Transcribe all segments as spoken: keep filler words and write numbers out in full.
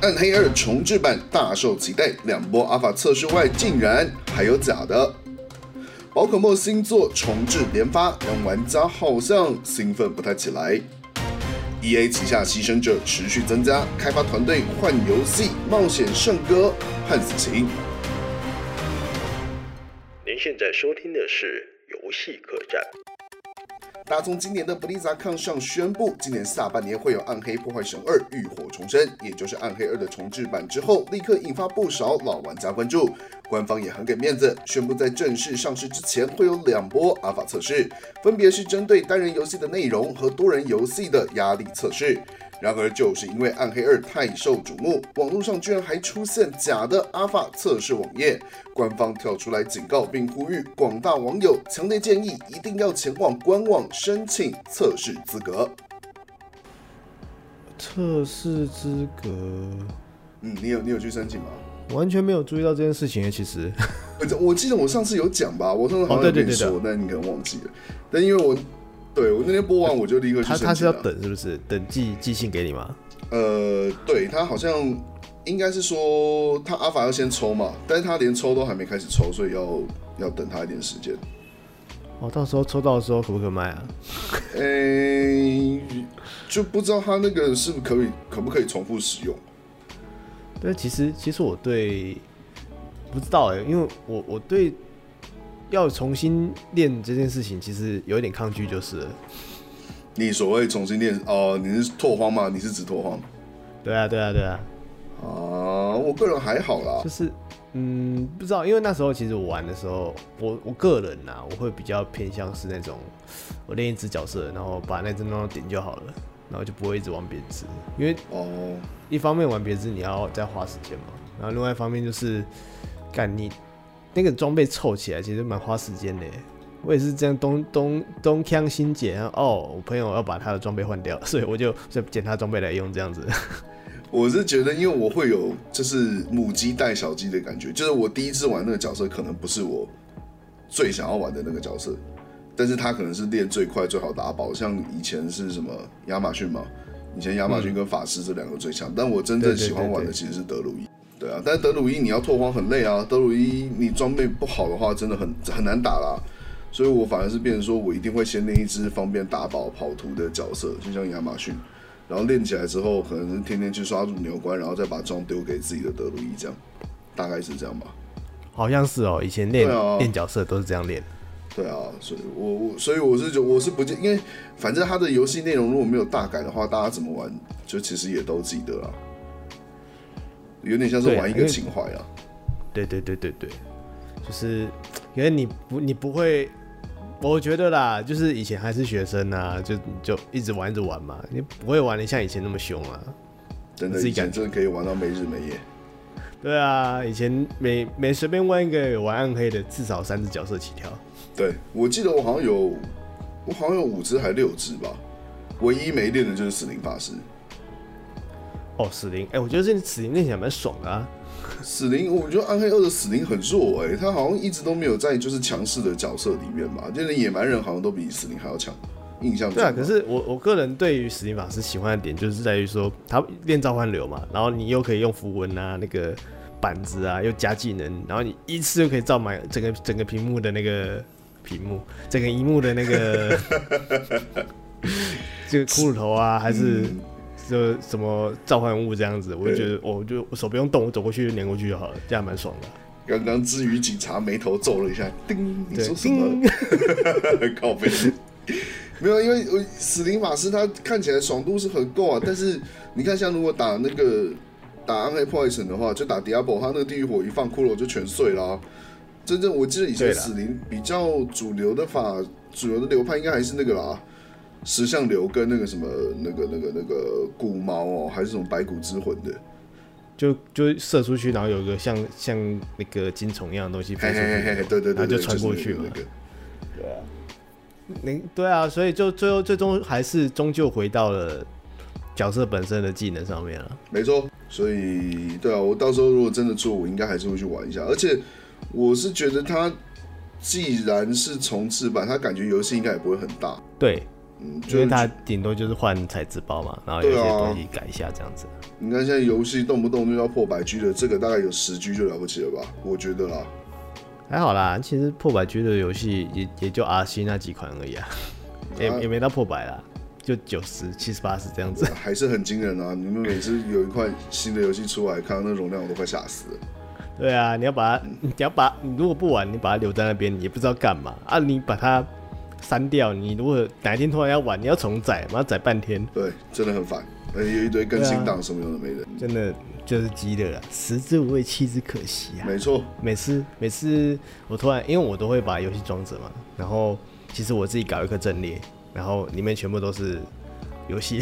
暗黑二重制版大受期待，两波阿法测试外，竟然还有假的。宝可梦新作重置连发，让玩家好像兴奋不太起来。E A 旗下牺牲者持续增加，开发团队换游戏，冒险圣歌判死刑。 您现在收听的是游戏客栈。 大从今年的 BlizzCon 上宣布，今年下半年会有《暗黑破坏神二：浴火重生》，也就是《暗黑二》的重制版之后，立刻引发不少老玩家关注。官方也很给面子，宣布在正式上市之前会有两波阿法测试，分别是针对单人游戏的内容和多人游戏的压力测试。然而，就是因为《暗黑二》太受瞩目，网络上居然还出现假的阿法测试网页。官方跳出来警告并呼吁广大网友，强烈建议一定要前往官网申请测试资格。 测试资格， 嗯，你有你有去申请吗？ 完全没有注意到这件事情。其实， 我记得我上次有讲吧，我上次好像有跟你说，但你可能忘记了。但因为我对我那天播完，我就立刻去申请了。 他他是要等是不是？等寄寄信给你吗？ 呃，对他好像应该是说他阿法要先抽嘛，但是他连抽都还没开始抽，所以要要等他一点时间。 哦，到时候抽到的时候可不可以卖啊？ 诶、欸，就不知道他那个是不是可以可不可以重复使用？ 对，其实其实我对不知道哎、欸，因为我我对要重新练这件事情其实有一点抗拒，就是了。 你所谓重新练哦、呃，你是拓荒吗？你是指拓荒？ 对啊，对啊，对啊。 啊，我个人还好啦， 就是嗯，不知道，因为那时候其实我玩的时候，我我个人呐、啊，我会比较偏向是那种我练一只角色，然后把那只弄到顶就好了，然后就不会一直玩别只，因为哦， 一方面玩别只你要再花时间嘛，然后另外一方面就是干你那个装备凑起来其实蛮花时间的耶。我也是这样东东东呛新捡，然后哦，我朋友要把他的装备换掉，所以我就捡他装备来用这样子。 我是觉得，因为我会有就是母鸡带小鸡的感觉，就是我第一次玩那个角色可能不是我最想要玩的那个角色，但是他可能是练最快最好打宝，像以前是什么亚马逊嘛，以前亚马逊跟法师这两个最强、嗯，但我真正喜欢玩的其实是德鲁伊。对啊，但是德鲁伊你要拓荒很累啊，德鲁伊你装备不好的话真的很很难打啦。所以我反而是变成说，我一定会先练一支方便打宝跑图的角色，就像亚马逊，然后练起来之后，可能是天天去刷入牛关，然后再把装丢给自己的德鲁伊，这样大概是这样吧。 好像是哦，以前练练、啊、角色都是这样练。 对啊，所以我我所以我是我是不建，因为反正他的游戏内容如果没有大改的话，大家怎么玩就其实也都记得啦，有点像是玩一个情怀啊。 对对对对对，就是因为你不你不会。我觉得啦，就是以前还是学生啊，就就一直玩一直玩嘛，你不会玩的像以前那么凶啊。 真的，以前真的可以玩到没日没夜。 对啊，以前每每随便玩一个玩暗黑的，至少三只角色起跳。 对，我记得我好像有，我好像有五只还六只吧，唯一没练的就是死灵法师。 哦，死灵，哎、欸，我觉得这死灵练起来蛮爽的啊。 死灵，我觉得暗黑二的死灵很弱哎、欸，他好像一直都没有在就是强势的角色里面吧，就连野蛮人好像都比死灵还要强，印象中。 对啊，可是我我个人对于死灵法师喜欢的点就是在于说，他练召唤流嘛，然后你又可以用符文啊，那个板子啊，又加技能，然后你一次就可以照满整个整个屏幕的那个屏幕，整个荧幕的那个这个骷髅头啊，还是。嗯就什么召唤物这样子，我就觉得，我、哦、就我手不用动，我走过去就粘过去就好了，这样蛮爽的。 刚刚至于警察眉头皱了一下，叮，你说什么？靠背，没有，因为死灵法师他看起来爽度是很够啊，但是你看，像如果打那个打暗黑破坏神的话，就打 Diablo， 他那个地狱火一放，骷髅就全碎啦。真正我记得以前死灵比较主流的法，主流的流派应该还是那个啦。石像流跟那个什么那个那个那个骨毛哦，还是什么白骨之魂的， 就就射出去，然后有一个像像那个金虫一样的东西飞出去， 嘿嘿嘿对对对， 然后就穿过去嘛。 就是那个、 对啊，对啊，所以就最后最终还是终究回到了角色本身的技能上面了。 没错，所以对啊，我到时候如果真的做，我应该还是会去玩一下，而且我是觉得它既然是重置版，它感觉游戏应该也不会很大。 对。 嗯， 因为它顶多就是换材质包嘛，然后有一些东西改一下这样子。 你看现在游戏动不动就要破百 G 的，这个大概有十 G 就了不起了吧？我觉得啦。 还好啦，其实破百 G 的游戏也也就 R C 那几款而已啊，也、啊、也没到破百啦，就九十、七十、八十这样子， 还是很惊人啊！你们每次有一块新的游戏出来，看到那容量我都快吓死了。 对啊，你要把它，你要把，你如果不玩，你把它留在那边，你也不知道干嘛啊！你把它删掉，你如果哪一天突然要玩，你要重载，妈载半天， 对，真的很烦，有一堆更新档什么有的没的， 真的就是鸡的了，食之无味，弃之可惜啊！ 没错， 每次每次我突然，因为我都会把游戏装着嘛，然后其实我自己搞一个阵列，然后里面全部都是游戏，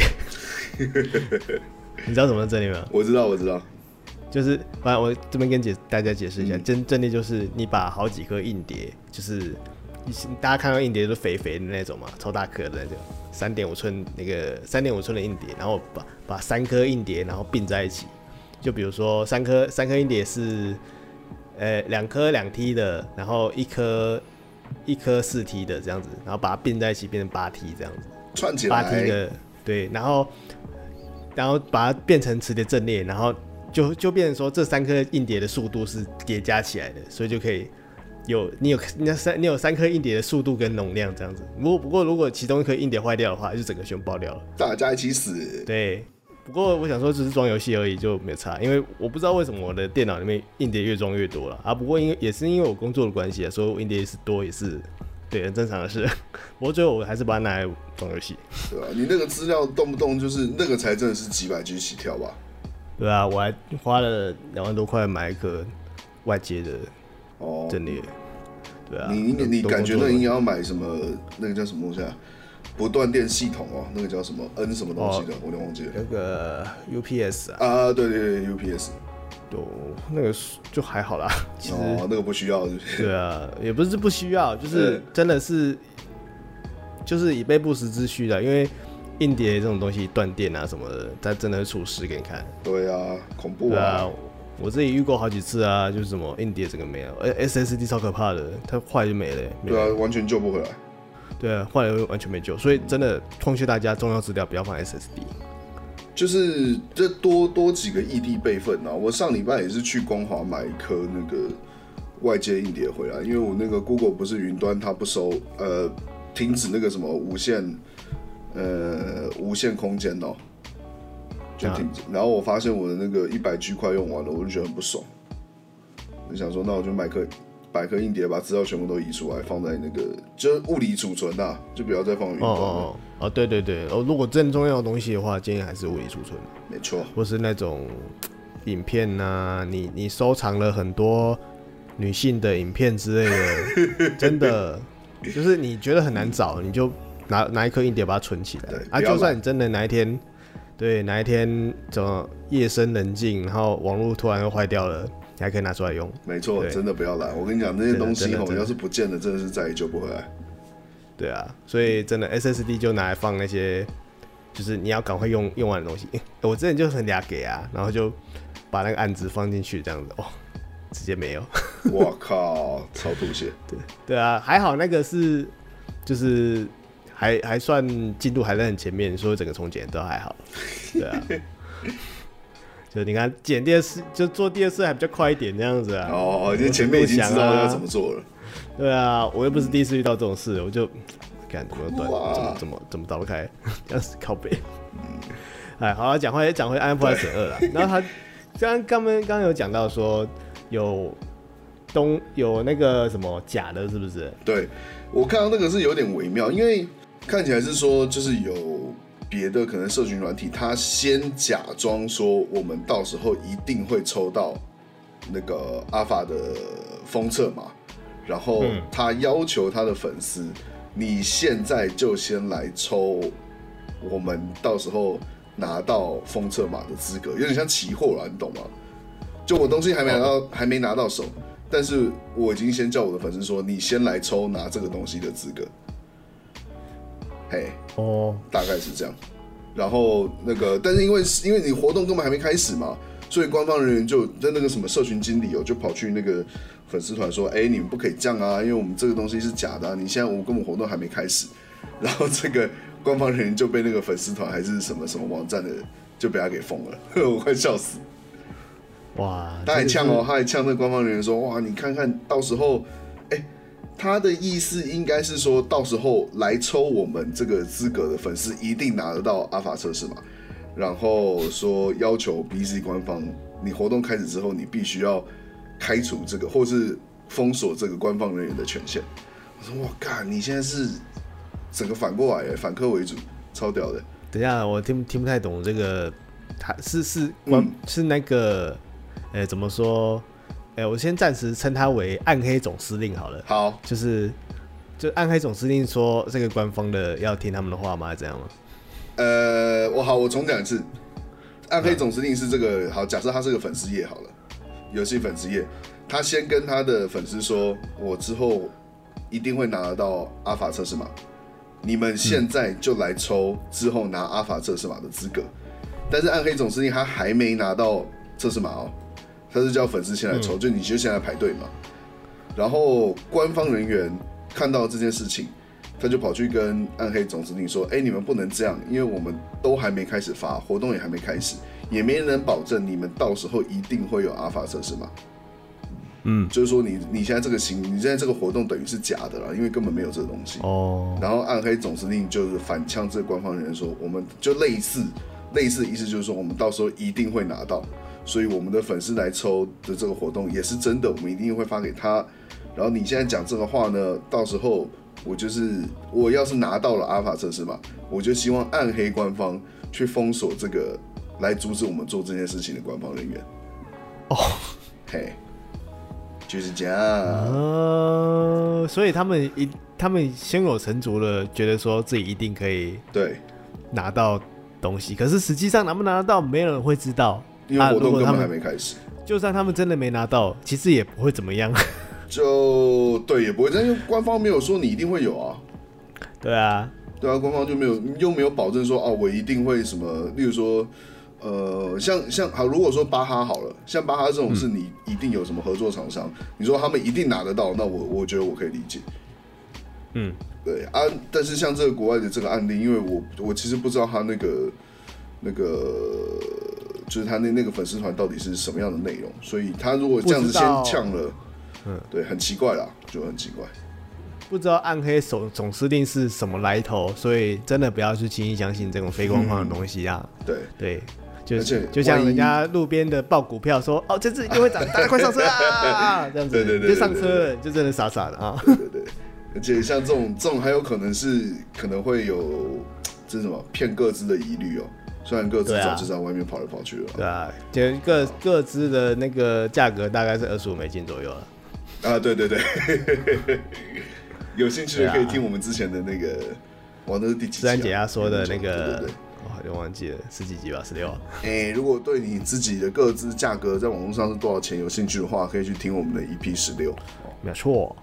你知道什么阵列吗？ 我知道，我知道。 就是，反正我这边跟解大家解释一下，真阵列就是你把好几颗硬碟，就是大家看到硬碟都肥肥的那种嘛，超大颗的那种，三点五寸那个三点五寸的硬碟，然后把把三颗硬碟然后并在一起，就比如说三颗三颗硬碟是，呃两颗两 T 的，然后一颗一颗四 T 的这样子，然后把它并在一起变成八 T 这样子， 串起来八 T 的对，然后然后把它变成磁碟阵列，然后。就就变成说，这三颗硬碟的速度是叠加起来的，所以就可以有你有你三你有三颗硬碟的速度跟容量这样子。不过不过如果其中一颗硬碟坏掉的话，就整个全部爆掉了， 大家一起死。 对，不过我想说只是装游戏而已，就没有差，因为我不知道为什么我的电脑里面硬碟越装越多了啊。不过因为也是因为我工作的关系啊，所以我硬碟是多也是对很正常的事。不过最后我还是把它拿来装游戏。 对啊，你那个资料动不动就是那个才真的是几百 G 起跳吧？ 对啊，我还花了两万多块买一颗外接的阵列。对啊， 你你你感觉那应该要买什么？那个叫什么东西啊？不断电系统哦，那个叫什么 N 什么东西的，哦、我有点忘记了。 那个 U P S 啊？ 啊，对对对 ，U P S。 有那个就还好啦，其实、 哦、那个不需要是不是？ 对啊，也不是不需要，就是真的是就是以备不时之需的，因为。硬碟这种东西断电啊什么的，它真的会出事给你看。 对啊，恐怖啊！ 啊我自己遇过好几次啊，就是什么硬碟整个没了，而 S S D 超可怕的，它坏就没了、欸。 对啊，完全救不回来。 对啊，坏了完全没救，所以真的奉劝大家重要资料不要放 S S D。 就是这多多几个异地备份啊！我上礼拜也是去光华买一颗那个外接硬碟回来，因为我那个 Google 不是云端，它不收，呃，停止那个什么无线。呃，无限空间哦、喔，就停止。啊、然后我发现我的那个一百 G 快用完了，我就觉得很不爽。我想说，那我就买颗百颗硬碟，把资料全部都移出来，放在那个就是物理储存啊，就不要再放云端了。哦哦哦，对对对，哦，如果真重要的东西的话，建议还是物理储存。 没错， 或是那种影片啊，你你收藏了很多女性的影片之类的，真的就是你觉得很难找，你就。拿拿一颗硬碟把它存起来啊！就算你真的哪一天，对哪一天怎么夜深人静，然后网络突然又坏掉了，你还可以拿出来用。 没错，真的不要懒。我跟你讲，那些东西吼，要是不见了，真的是再也救不回来。 对啊，所以真的 S S D 就拿来放那些，就是你要赶快用用完的东西。欸、我之前就很俩给啊，然后就把那个案子放进去，这样子哦，直接没有。 我靠，超吐血。 对对啊，还好那个是就是。还还算进度还在很前面，所以整个重剪都还好，对啊，就你看剪第二次就做第二次还比较快一点这样子啊。 哦，因为前面已经知道要怎么做了。 对啊，我又不是第一次遇到这种事，我就看怎么断，怎么怎么怎么倒开，这样子靠背。哎，好了，讲回讲回《暗黑破坏神二》啦，然后他刚刚刚刚有讲到说有东有那个什么假的，是不是？ 对，我看到那个是有点微妙，因为。看起来是说，就是有别的可能社群软体，他先假装说我们到时候一定会抽到那个阿法的封测码，然后他要求他的粉丝，你现在就先来抽，我们到时候拿到封测码的资格，有点像期货啦，你懂吗？就我东西还没拿到，还没拿到手，但是我已经先叫我的粉丝说，你先来抽拿这个东西的资格。嘿，哦，大概是这样。然后那个，但是因为因为你活动根本还没开始嘛，所以官方人员就在那个什么社群经理哦，就跑去那个粉丝团说：“哎、欸，你们不可以这样啊，因为我们这个东西是假的、啊，你现在我根本活动还没开始。”然后这个官方人员就被那个粉丝团还是什么什么网站的就被他给封了，我快笑死。 哇， 他还呛哦，他还呛那个官方人员说：“哇，你看看到时候，哎、欸，他的意思应该是说到时候来抽我们这个资格的粉丝一定拿得到阿法测试嘛，然后说要求 B Z 官方，你活动开始之后，你必须要开除这个或是封锁这个官方人员的权限。”我说：“哇，干，你现在是整个反过来，反客为主，超屌的。” 等一下，我听听不太懂这个，他是是官、嗯、是那个。哎、欸，怎么说？哎、欸，我先暂时称他为暗黑总司令好了。 好， 就是就暗黑总司令说这个官方的要听他们的话吗？还是怎样吗？ 呃，我好，我重讲一次。暗黑总司令是这个好，假设他是个粉丝页好了，游戏粉丝页，他先跟他的粉丝说，我之后一定会拿得到阿法测试码，你们现在就来抽之后拿阿法测试码的资格。但是暗黑总司令他还没拿到测试码哦。他是叫粉丝先来抽，嗯、就你就先来排队嘛。然后官方人员看到这件事情，他就跑去跟暗黑总司令说：“哎、欸，你们不能这样，因为我们都还没开始发，活动也还没开始，也没人保证你们到时候一定会有阿法测试嘛。嗯，就是说你你现在这个行，你现在这个活动等于是假的啦，因为根本没有这个东西。哦。然后暗黑总司令就是反呛这个官方人员说，我们就类似类似的意思就是说，我们到时候一定会拿到。”所以我们的粉丝来抽的这个活动也是真的，我们一定会发给他。然后你现在讲这个话呢，到时候我就是我要是拿到了阿法测试嘛，我就希望暗黑官方去封锁这个来阻止我们做这件事情的官方人员。哦，嘿，就是这样。 呃，所以他们一他们胸有成竹了，觉得说自己一定可以对拿到东西，可是实际上拿不拿得到，没有人会知道。 因为活动根本还没开始、啊、 就算他们真的没拿到，其实也不会怎么样。 就对，也不会，但是官方没有说你一定会有啊。 对啊， 对啊，官方就没有，又没有保证说哦，我一定会什么，例如说，呃，像像好，如果说巴哈好了，像巴哈这种是你一定有什么合作厂商，嗯、你说他们一定拿得到，那我我觉得我可以理解。嗯，对啊，但是像这个国外的这个案例，因为我我其实不知道他那个那个。就是他那那个粉丝团到底是什么样的内容，所以他如果这样子先呛了，嗯，对，很奇怪啦，就很奇怪。 不知道暗黑总总司令是什么来头，所以真的不要去轻易相信这种非官方的东西啊。嗯、对对，就就像人家路边的报股票说，哦，这次一定会涨，大家快上车啊！这样子，对对 对, 对, 对, 对, 对，就上车了，就真的傻傻的啊。 对对对，而且像这种这种还有可能是可能会有这是什么骗个资的疑虑哦。虽然各自早就在外面跑来跑去了， 对啊，就各各自的那个价格大概是二十五美金左右了。 啊，对对对，有兴趣的可以听我们之前的那个，哇，那是第几集、啊？ 自然解压说的那个， 对对对， 我好像忘记了十几集吧，十六。 哎、欸，如果对你自己的各自价格在网络上是多少钱有兴趣的话，可以去听我们的 E P 十六。 没错。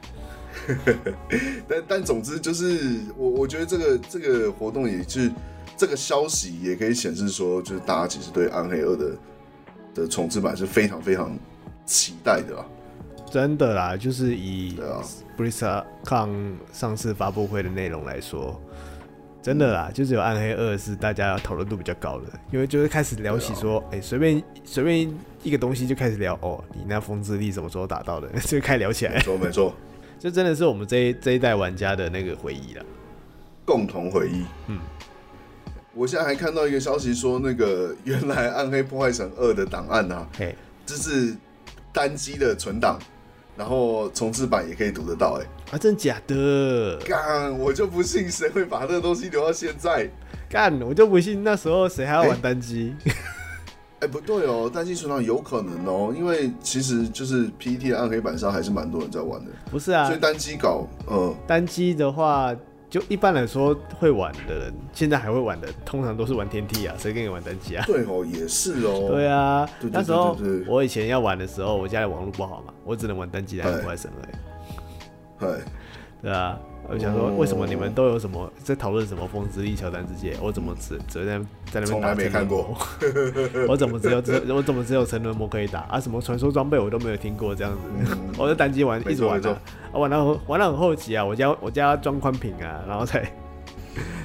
但但总之就是我我觉得这个这个活动也是。这个消息也可以显示说，就是大家其实对《暗黑二》的的重置版是非常非常期待的啦。 真的啦，就是以 BlizzCon 上次发布会的内容来说，真的啦，就是有《暗黑二》是大家讨论度比较高的，因为就是开始聊起说，哎，随便随便一个东西就开始聊哦，你那风之力什么时候打到的，就开始聊起来。 没错没错， 就真的是我们这一这一代玩家的那个回忆啦， 共同回忆。嗯。我现在还看到一个消息说，那个原来《暗黑破坏神二》的档案啊，这是单机的存档，然后重置版也可以读得到、欸，哎， 啊，真假的？ 干，我就不信谁会把这个东西留到现在。 干，我就不信那时候谁还要玩单机。 哎、欸欸，不对哦，单机存档有可能哦，因为其实就是 P E T 的暗黑版上还是蛮多人在玩的。 不是啊， 所以单机搞，嗯， 单机的话。就一般来说，会玩的人，现在还会玩的，通常都是玩天梯啊，谁跟你玩单机啊？ 对哦，也是哦。 对啊， 对对对对对， 那时候我以前要玩的时候，我家里网络不好嘛，我只能玩单机来破坏神而已。对啊，我想说，为什么你们都有什么在讨论什么风之力、乔丹之界？我怎么只只在在那边打？ 从来没看过。 我怎么只有只我怎么只有成人魔可以打啊？什么传说装备我都没有听过这样子。嗯、我就单机玩，一直玩啊，玩到玩到很后期啊，我家我家装宽屏啊，然后才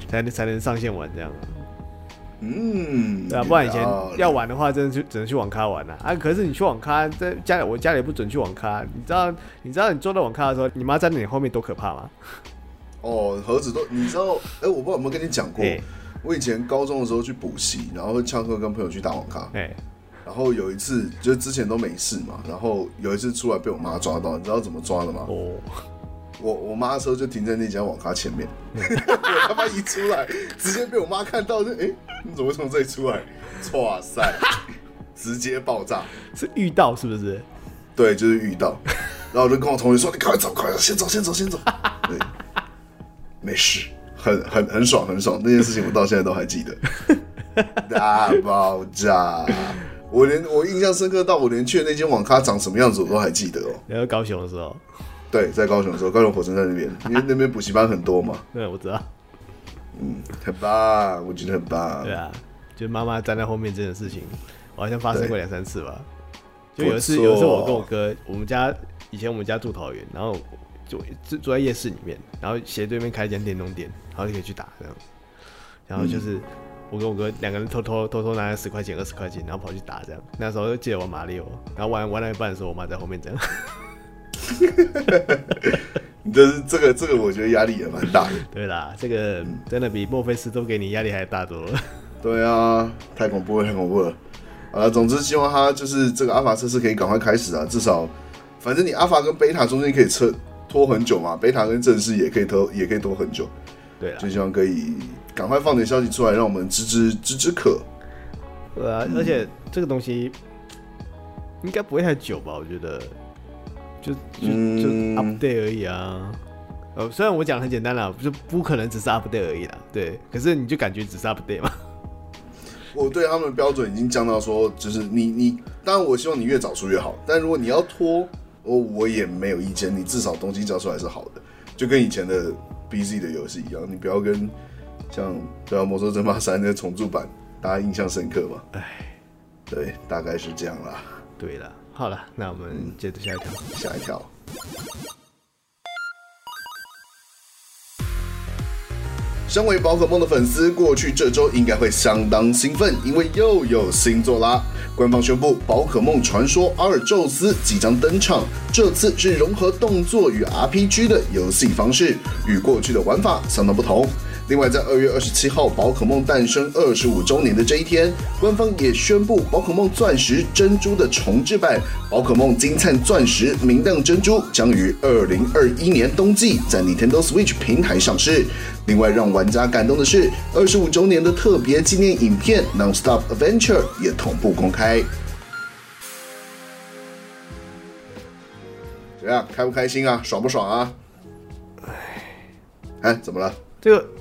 才能才能上线玩这样。 嗯， 对啊，不然以前要玩的话，真的就只能去网咖玩了 啊, 啊。可是你去网咖，在家里我家里不准去网咖，你知道你知道你坐在网咖的时候，你妈站在你后面多可怕吗？ 哦，盒子都你知道？哎、欸，我不知道有没有跟你讲过，欸、我以前高中的时候去补习，然后会翘课跟朋友去打网咖。哎、欸，然后有一次就是之前都没事嘛，然后有一次出来被我妈抓到，你知道怎么抓的吗？哦。我我妈的车就停在那家网咖前面，我他妈一出来，直接被我妈看到，就哎、欸，你怎么会从这里出来？哇塞，直接爆炸！ 是遇到是不是？ 对，就是遇到。然后我就跟我同学说：“你快走，快走，先走，先走，先走。”对，没事，很很很爽，很爽。那件事情我到现在都还记得。大爆炸！我连我印象深刻到我连去的那间网咖长什么样子我都还记得哦。 你在高雄的时候。 对，在高雄的时候，高雄火车站那边，因为那边补习班很多嘛。 对，我知道。 嗯，很棒，我觉得很棒。 对啊，就妈妈站在后面这件事情，我好像发生过两三次吧。就有一次，有一次我跟我哥，我们家以前我们家住桃园，然后就住在夜市里面，然后斜对面开一间电动店，然后就可以去打这样。然后就是、嗯、我跟我哥两个人偷偷偷偷拿了十块钱、二十块钱，然后跑去打这样。那时候就记得玩马里奥，然后玩玩到一半的时候，我妈在后面这样。 你这是这个这个，我觉得压力也蛮大的。 对啦，这个真的比墨菲斯都给你压力还大多了。 对啊，太恐怖了，太恐怖了。啊，总之希望他就是这个阿法测试可以赶快开始啊，至少反正你阿法跟贝塔中间可以车拖很久嘛，贝塔跟正式也可以拖也可以拖很久。 对啊， 就希望可以赶快放点消息出来，让我们知之知之可。 对啊，而且这个东西应该不会太久吧？我觉得。就就就 update 而已啊，呃，虽然我讲的很简单啦，就不可能只是 update 而已啦，对，可是你就感觉只是 update 嘛。 我对他们的标准已经降到说，就是你你，当然我希望你越早出越好，但如果你要拖，我我也没有意见，你至少东西交出来是好的，就跟以前的 B Z 的游戏一样，你不要跟像对啊《魔兽争霸三》的重铸版，大家印象深刻嘛？哎，对，大概是这样啦。 对了。好了，那我们接着下一条。 嗯、下一条，身为宝可梦的粉丝，过去这周应该会相当兴奋，因为又有新作啦！官方宣布，宝可梦传说阿尔宙斯即将登场，这次是融合动作与 R P G 的游戏方式，与过去的玩法相当不同。另外，在二月二十七号宝可梦诞生二十五周年的这一天，官方也宣布宝可梦钻石珍珠的重制版宝可梦金灿钻石明亮珍珠将于二零二一年冬季在 Nintendo Switch 平台上市。另外，让玩家感动的是，二十五周年的特别纪念影片 Non-Stop Adventure 也同步公开。怎么样？开不开心啊？爽不爽啊？哎，怎么了？ 这个。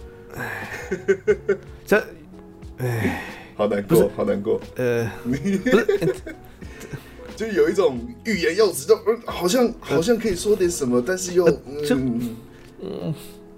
这，哎， 好难过，好难过。呃，不是，就有一种欲言又止，就好像好像可以说点什么，但是又嗯嗯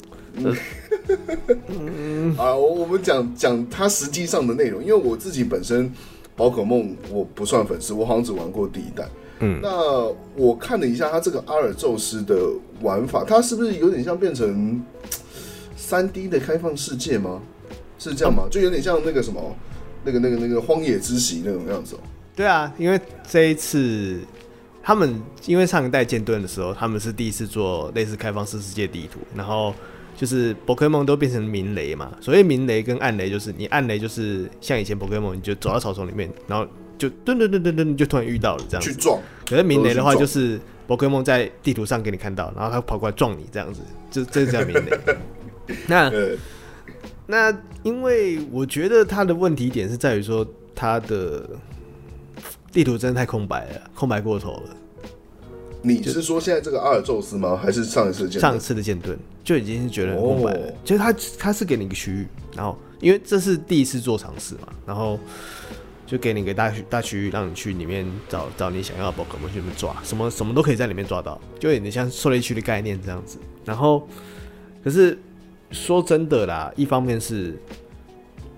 嗯啊，我们讲讲它实际上的内容，因为我自己本身宝可梦我不算粉丝，我好像只玩过第一代。嗯，那我看了一下它这个阿尔宙斯的玩法，它是不是有点像变成三 D 的开放世界吗？是这样吗？就有点像那个什么，那个、那个、那个荒野之息那种样子哦。 对啊，因为这一次他们因为上一代剑盾的时候，他们是第一次做类似开放式世界地图，然后就是宝可梦都变成明雷嘛。所谓明雷跟暗雷，就是你暗雷就是像以前宝可梦，你就走到草丛里面，然后就噔噔噔噔噔，就突然遇到了这样子去撞。 可是明雷的话，就是宝可梦在地图上给你看到，然后他跑过来撞你这样子，就这是叫明雷。那那因为我觉得他的问题点是在于说他的地图真的太空白了，空白过头了。 你是说现在这个阿尔宙斯吗？还是上一次的剑盾？ 上一次的剑盾就已经是觉得很空白了。就是他他是给你一个区域，然后因为这是第一次做尝试嘛，然后就给你一个大大区域，让你去里面找找你想要的宝可梦去里面抓，什么什么都可以在里面抓到，就有点像狩猎区的概念这样子。然后可是。说真的啦，一方面是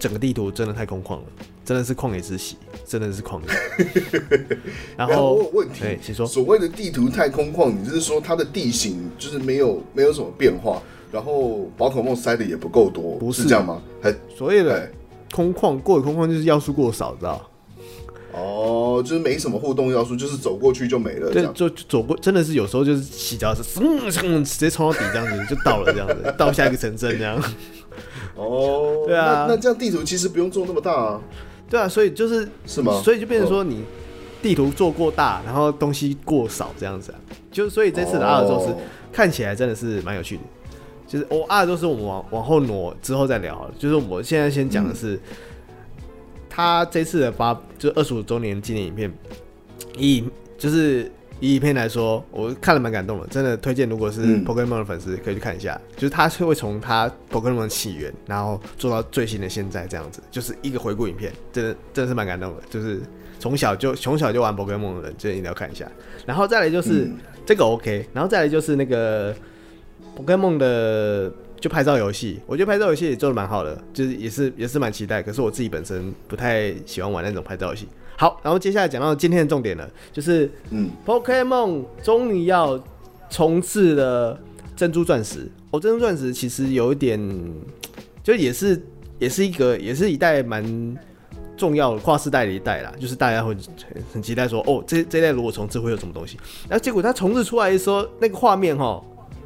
整个地图真的太空旷了，真的是旷野之息，真的是旷野。然后我有问题， 对，请说。 所谓的地图太空旷，你是说它的地形就是没有没有什么变化，然后宝可梦塞的也不够多， 不是是这样吗？还所谓的空旷，过于空旷就是要素过少，知道？ 哦，就是没什么互动要素，就是走过去就没了。 对，就走过，真的是有时候就是洗脚是，嗯，直接冲到底这样子就到了，这样子到下一个城镇这样。 哦， 对啊， 那, 那这样地图其实不用做那么大啊。 对啊，所以就是是吗？ 所以就变成说你地图做过大，然后东西过少这样子啊。就所以这次的阿尔宙斯、哦、看起来真的是蛮有趣的。就是我、哦、阿尔宙斯我们往往后挪之后再聊好了。就是我现在先讲的是。嗯，他这次的发就二十五周年纪念影片，以就是以影片来说，我看了蛮感动的，真的推荐。如果是 Pokémon 的粉丝，可以去看一下。嗯、就是他会从他 Pokémon 的起源，然后做到最新的现在这样子，就是一个回顾影片，真的真的是蛮感动的。就是从小就从小就玩 Pokémon 的人，就一定要看一下。然后再来就是、嗯、这个 OK， 然后再来就是那个 Pokémon 的。就拍照游戏，我觉得拍照游戏也做的蛮好的，就是也是也是蛮期待。可是我自己本身不太喜欢玩那种拍照游戏。好，然后接下来讲到今天的重点了，就是嗯 ，Pokémon 终于要重置了珍珠钻石。哦，珍珠钻石其实有一点，就也是也是一个也是一代蛮重要的跨世代的一代啦，就是大家会很期待说，哦，这这一代如果重置会有什么东西。然后结果它重置出来的时候，那个画面哈。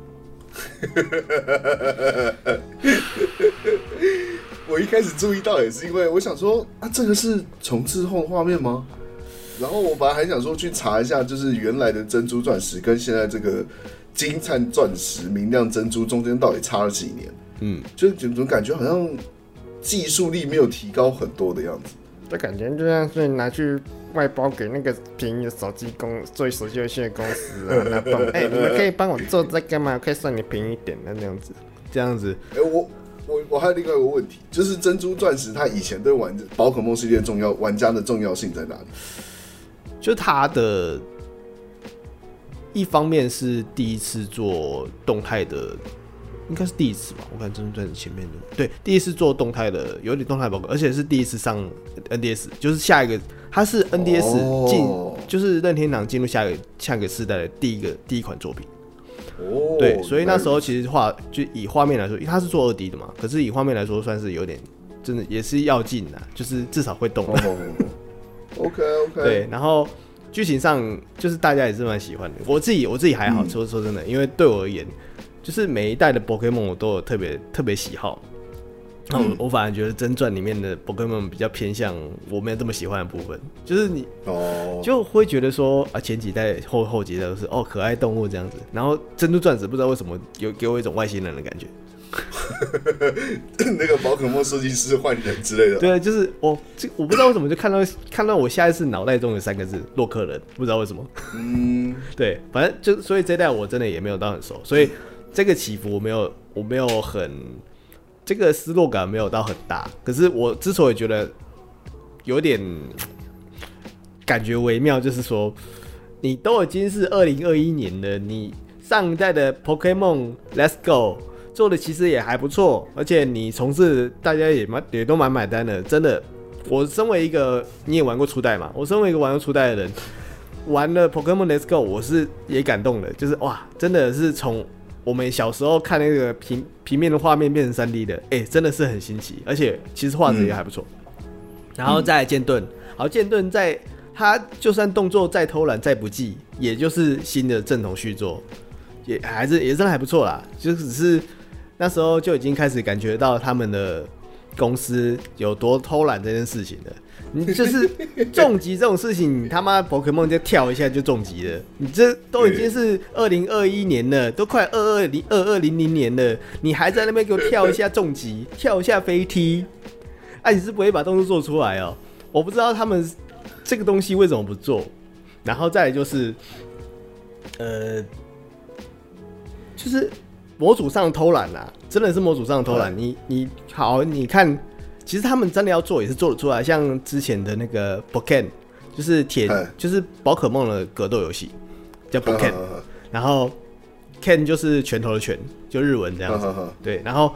我一开始注意到也是因为我想说啊，这个是重置后的画面吗？然后我本来还想说去查一下，就是原来的珍珠钻石跟现在这个金灿钻石、明亮珍珠中间到底差了几年？嗯，就总感觉好像技术力没有提高很多的样子。 这感觉就像是拿去外包给那个便宜的手机公做手机游戏的公司啊，那帮哎、欸，你们可以帮我做这个吗？可以算你便宜一点的那样子， 这样子。 哎、欸，我我我还有另外一个问题，就是珍珠钻石它以前对玩宝可梦系列重要玩家的重要性在哪里？ 就它的一方面是第一次做动态的。应该是第一次吧，我看珍珠钻石前面的，对，第一次做动态的，有点动态报告，而且是第一次上 N D S， 就是下一个，它是 N D S 进、哦，就是任天堂进入下一个下一个世代的第一个第一款作品。哦，对，所以那时候其实画就以画面来说，它是做二 D 的嘛，可是以画面来说算是有点真的也是要进的，就是至少会动的。 哦、OK OK， 对，然后剧情上就是大家也是蛮喜欢的，我自己我自己还好，嗯、说说真的，因为对我而言。就是每一代的 Pokémon 我都有特别特别喜好，那我、嗯、我反而觉得真传里面的 Pokémon 比较偏向我没有这么喜欢的部分，就是你哦就会觉得说啊前几代后后几代都是哦可爱动物这样子，然后珍珠钻石不知道为什么有给我一种外星人的感觉， 那个宝可梦设计师换人之类的， 对，就是我这我不知道为什么就看到看到我下一次脑袋中有三个字洛克人，不知道为什么，嗯，对，反正就所以这一代我真的也没有到很熟，所以。这个起伏我没有，我没有很，这个失落感没有到很大。可是我之所以觉得有点感觉微妙，就是说，你都已经是二零二一年了，你上一代的 Pokémon Let's Go 做的其实也还不错，而且你从事大家也蛮也都蛮买单的，真的。我身为一个你也玩过初代嘛，我身为一个玩过初代的人，玩了 Pokémon Let's Go， 我是也感动的，就是哇，真的是从我们小时候看那个 平, 平面的画面变成 三 D 的，哎、欸，真的是很新奇，而且其实画质也还不错、嗯。然后再来剑盾，好，剑盾在他就算动作再偷懒再不济，也就是新的正统续作，也还是也真的还不错啦。就只是那时候就已经开始感觉到他们的公司有多偷懒这件事情了。你就是重击这种事情，你他妈宝可梦就跳一下就重击了。你这都已经是二零二一年了，都快二二零二二零零年了，你还在那边给我跳一下重击，跳一下飞踢，啊，你是不会把动作做出来哦。我不知道他们这个东西为什么不做。然后再来就是，呃，就是模组上的偷懒啦，真的是模组上的偷懒。你你好，你看。其实他们真的要做也是做得出来，像之前的那个 Pokémon， 就是铁，就是宝可梦的格斗游戏，叫 Pokémon， 然后 Ken 就是拳头的拳，就日文这样子，对，然后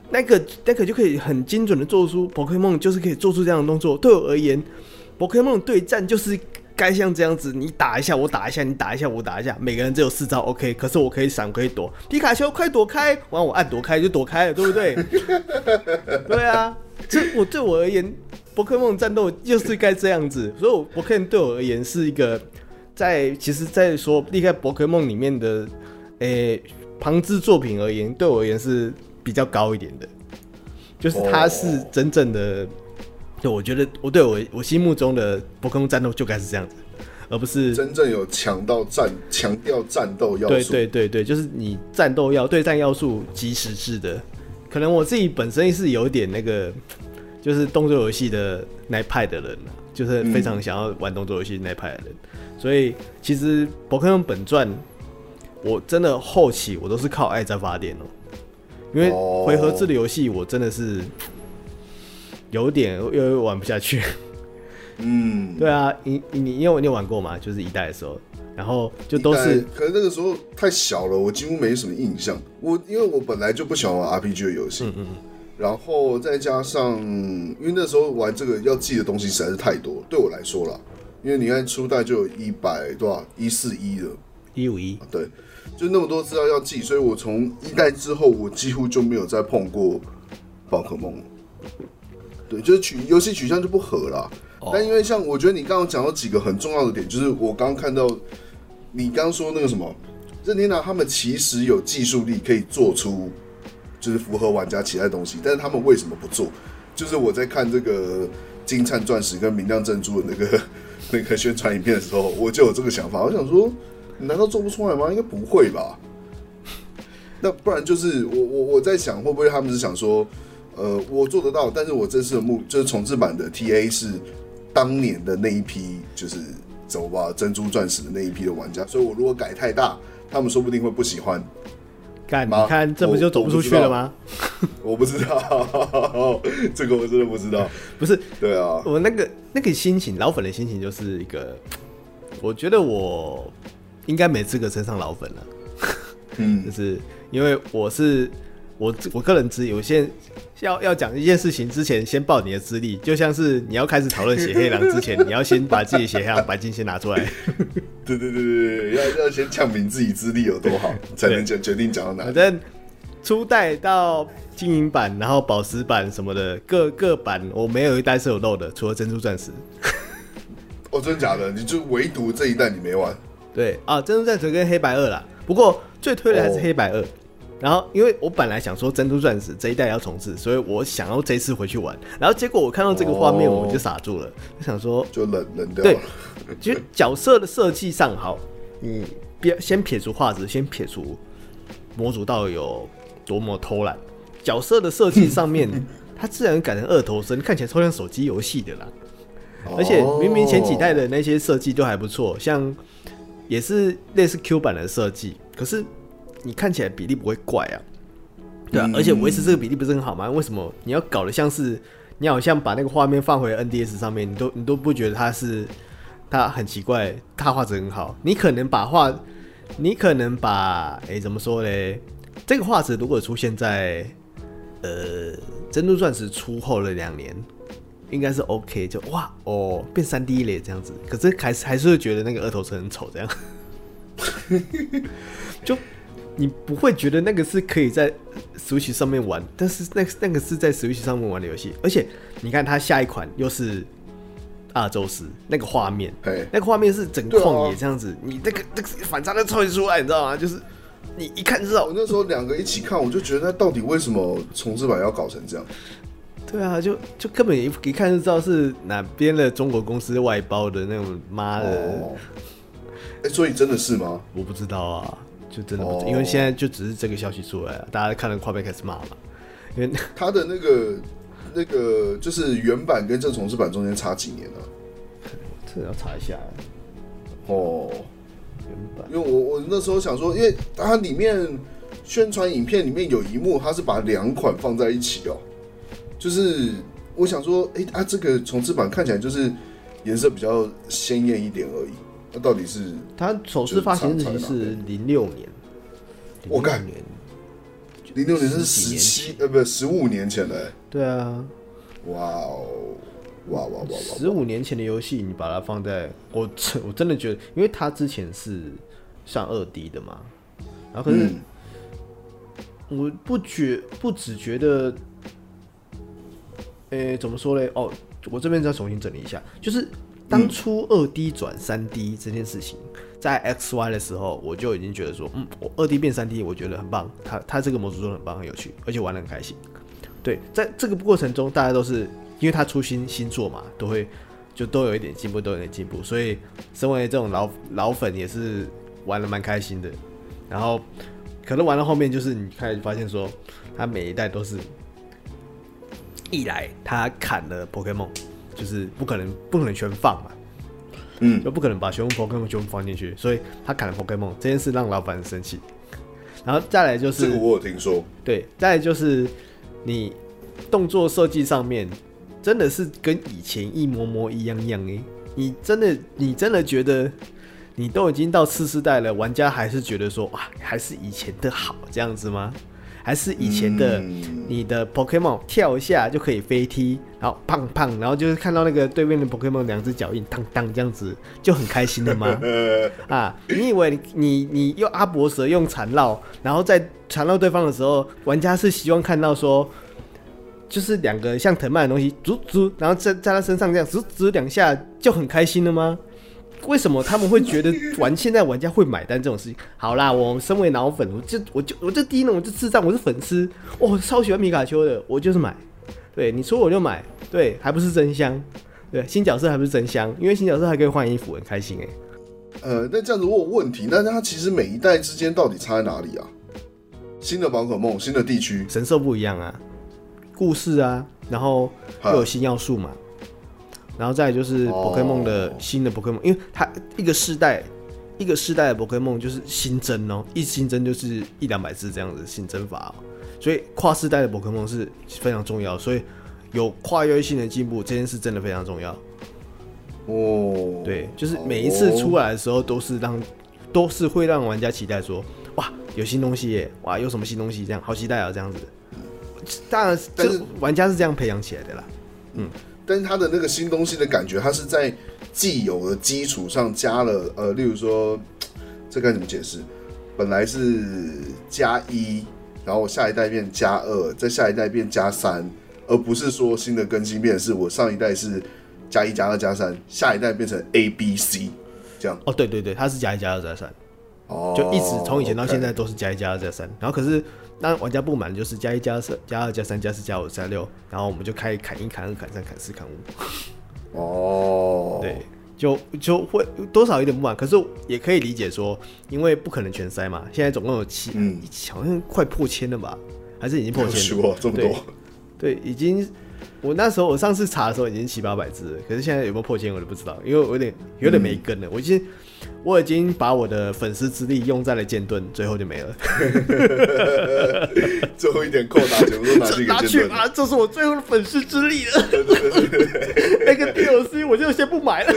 那个那个就可以很精准的做出宝可梦，就是可以做出这样的动作。对我而言，宝可梦对战就是该像这样子，你打一下我打一下，你打一下我打一下，每个人只有四招 OK， 可是我可以闪，我可以躲。皮卡丘快躲开，完我按躲开就躲开了，对不对？对啊，这我对我而言，宝可梦战斗就是该这样子。所以宝可梦对我而言是一个在其实，在说离开宝可梦里面的诶、欸、旁支作品而言，对我而言是比较高一点的，就是它是真正的。就我觉得，我对我我心目中的宝可梦战斗就该是这样子，而不是真正有强到战强调战斗要素。 对对对对，就是你战斗要对战要素及时制的。可能我自己本身是有点那个，就是动作游戏的那一派的人，就是非常想要玩动作游戏那一派的人。嗯、所以其实宝可梦本传，我真的后期我都是靠爱在发电哦、喔，因为回合制的游戏我真的是。有点又玩不下去， 嗯， 对啊，你你因为你有玩过嘛，就是一代的时候，然后就都是， 可是那个时候太小了，我几乎没什么印象。我因为我本来就不喜欢玩 R P G 的游戏，嗯嗯，然后再加上因为那时候玩这个要记的东西实在是太多，对我来说啦，因为你看初代就有一百多少一四一的， 一五一， 对，就那么多资料要记，所以我从一代之后，我几乎就没有再碰过宝可梦了。对，就是取游戏取向就不合啦。Oh. 但因为像我觉得你刚刚讲到几个很重要的点，就是我刚刚看到你刚刚说那个什么任天堂，他们其实有技术力可以做出就是符合玩家期待的东西，但是他们为什么不做？就是我在看这个金灿钻石跟明亮珍珠的那个那个宣传影片的时候，我就有这个想法，我想说，你难道做不出来吗？应该不会吧？那不然就是我我我在想，会不会他们是想说？呃，我做得到，但是我这次的目就是重制版的 T A 是当年的那一批，就是走吧珍珠钻石的那一批的玩家，所以我如果改太大，他们说不定会不喜欢。 干，你看这不就走不出去了吗？ 我不知道，这个我真的不知道。 不是， 对啊， 我那个那个心情，老粉的心情就是一个，我觉得我应该没资格称上老粉了。嗯，就是因为我是。我我个人资历，我先要要讲一件事情之前，先报你的资历，就像是你要开始讨论血黑狼之前，你要先把自己的血黑狼白金先拿出来。 对对对对对，要要先呛明自己资历有多好，才能决定讲到哪里。 反正初代到金银版，然后宝石版什么的，各各版我没有一代是有漏的，除了珍珠钻石。 哦，真的假的？你就唯独这一代你没玩？ 对啊，珍珠钻石跟黑白二啦，不过最推的还是黑白二。哦，然后，因为我本来想说珍珠钻石这一代要重置，所以我想要这次回去玩。然后结果我看到这个画面，我就傻住了，就想说就冷冷掉了。 对，其实角色的设计上好，你不要先撇除画质，先撇除模组到底有多么偷懒，角色的设计上面，它自然改成二头身，看起来超像手机游戏的啦。而且明明前几代的那些设计都还不错，像也是类似 Q 版的设计，可是。你看起来比例不会怪啊，对啊，嗯、而且维持这个比例不是很好吗？为什么你要搞得像是你好像把那个画面放回 N D S 上面，你都你都不觉得它是它很奇怪，它画质很好。你可能把画，你可能把哎、欸、怎么说嘞？这个画质如果出现在呃珍珠钻石出后的两年，应该是 OK， 就哇哦变 三 D 嘞这样子。可是还是还是会觉得那个二头身很丑这样，就。你不会觉得那个是可以在 Switch 上面玩，但是那个那个是在 Switch 上面玩的游戏，而且你看它下一款又是阿尔宙斯，那个画面，那个画面是整旷野这样子，啊、你那个那个反差都超级出来，你知道吗？就是你一看就知道。 我那时候两个一起看，我就觉得那到底为什么重制版要搞成这样？ 对啊，就就根本一一看就知道是哪边的中国公司外包的那种妈的。 哦，哎、欸，所以真的是吗？ 我不知道啊。就真的不，因为现在就只是这个消息出来了，大家看了跨边开始骂嘛。因为他的那个那个就是原版跟这重制版中间差几年啊？ 这要查一下哦。原版，因为我我那时候想说，因为它里面宣传影片里面有一幕，它是把两款放在一起哦。就是我想说，哎、欸、啊，这个重制版看起来就是颜色比较鲜艳一点而已。那到底是它首次发行日期是零六年， 我干零六年是十七呃不十五年前了、欸。 对啊， 哇哦，哇哇哇哇！ 十五年前的游戏，你把它放在我我真的觉得，因为它之前是上二 D 的嘛，然后可是、嗯、我不觉不只觉得，诶、欸、怎么说嘞？哦，我这边再重新整理一下，就是当初二 D 转三 D 这件事情。在 X Y 的时候，我就已经觉得说，嗯，我二 D 变三 D， 我觉得很棒，它它这个模组做的很棒，很有趣，而且玩得很开心。对，在这个过程中，大家都是因为它出新新作嘛，都会就都有一点进步，都有一点进步，所以身为这种老老粉也是玩得蛮开心的。然后可能玩到后面，就是你开始发现说，它每一代都是一来它砍了 Pokémon， 就是不可能不可能全放嘛。 嗯， 就不可能把全部 Pokémon 全部放进去，所以他砍了 Pokémon 这件事让老板很生气。然后再来就是这个我有听说， 对，再来就是你动作设计上面真的是跟以前一模模一样样哎，你真的你真的觉得你都已经到次世代了，玩家还是觉得说哇还是以前的好这样子吗？还是以前的你的 Pokémon 跳一下就可以飞踢，然后胖胖，然后就是看到那个对面的 Pokémon 两只脚印当当这样子就很开心了吗？啊，你以为 你, 你, 你用阿伯蛇用缠绕，然后在缠绕对方的时候，玩家是希望看到说，就是两个像藤蔓的东西，足足，然后在在他身上这样足足两下就很开心了吗？为什么他们会觉得玩现在玩家会买单这种事情？好啦，我身为脑粉，我就我就我就第一呢，我就智障，我是粉丝，我超喜欢皮卡丘的，我就是买。对，你说我就买，对，还不是真香，对，新角色还不是真香，因为新角色还可以换衣服，很开心哎、 欸。呃，那这样子我有问题，那它其实每一代之间到底差在哪里啊？新的宝可梦，新的地区， 神兽不一样啊，故事啊，然后又有新要素嘛。然后再来就是 Pokémon 的新的 Pokémon， 因为它一个世代一个世代的 Pokémon 就是新增哦，一新增就是一两百只这样子新增法、哦，所以跨世代的 Pokémon 是非常重要，所以有跨越性的进步这件事真的非常重要。 哦， 对，就是每一次出来的时候都是让都是会让玩家期待说，哇，有新东西耶，哇，有什么新东西这样，好期待啊这样子。当然，但是玩家是这样培养起来的啦，嗯。 但是它的那个新东西的感觉，它是在既有的基础上加了呃，例如说，这该怎么解释？本来是加一，然后下一代变加二，再下一代变加三，而不是说新的更新变是我上一代是加一、加二、加三，下一代变成 A、B、C 这样。 哦，对对对，它是加一、加二、加三， 哦， 就一直从以前到现在都是加一、加二、加三，然后可是。当玩家不满就是加一、加二、加二、加三、加四、加五、加六，然后我们就开砍一、砍二、砍三、砍四、砍五。 哦， 对，就就会多少有点不满，可是也可以理解说，因为不可能全塞嘛。现在总共有七，嗯，好像快破千了吧？还是已经破千了？ 这么多？ 对，对，已经。我那时候我上次查的时候已经七八百只了，可是现在有没有破千我都不知道，因为我有点有点没跟了。嗯、我已经我已经把我的粉丝之力用在了剑盾，最后就没了。 最后一点扣打全部都拿去给剑盾啊！这是我最后的粉丝之力了。那个 D L C 我就先不买了，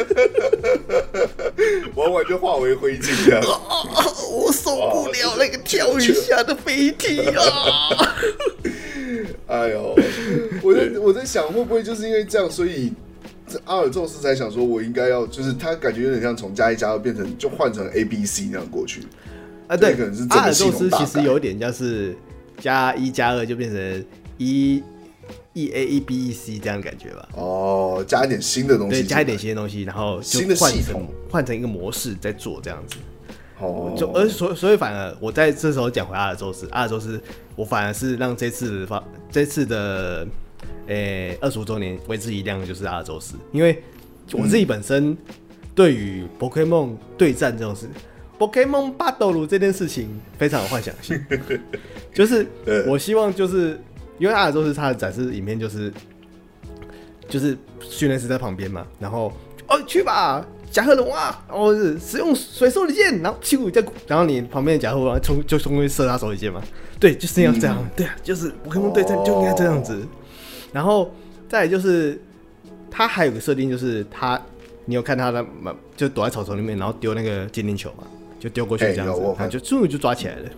玩完就化为灰烬这样。 我受不了那个跳雨下的飞踢啊！ 哎呦，我在我在想，会不会就是因为这样，所以阿尔宙斯才想说，我应该要，就是他感觉有点像从加一加二变成就换成 A、B、C 那样过去。 啊，对， 可能是阿尔宙斯其实有一点像是加一加二就变成一一 A 一 B 一 C 这样的感觉吧。 哦，加一点新的东西， 对，加一点新的东西，然后就换成换成一个模式在做这样子。哦，就而所所以反而我在这时候讲回阿尔宙斯，阿尔宙斯我反而是让这次的这次的诶二十五周年为之一亮，就是阿尔宙斯，因为我自己本身对于 Pokémon 对战这种事、嗯、，Pokémon Battle 这件事情非常有幻想性，就是我希望就是因为阿尔宙斯他的展示影片就是就是训练师在旁边嘛，然后哦去吧。甲贺龙啊，然后是使用水手里剑，然后屁股再，然后你旁边的甲贺龙冲就冲过去射他手里剑嘛，对，就是要这样，嗯、对啊，就是Pokémon对战就应该这样子。哦、然后再来就是他还有个设定，就是他你有看他的就躲在草丛里面，然后丢那个精灵球嘛，就丢过去这样子，他就终于就抓起来了。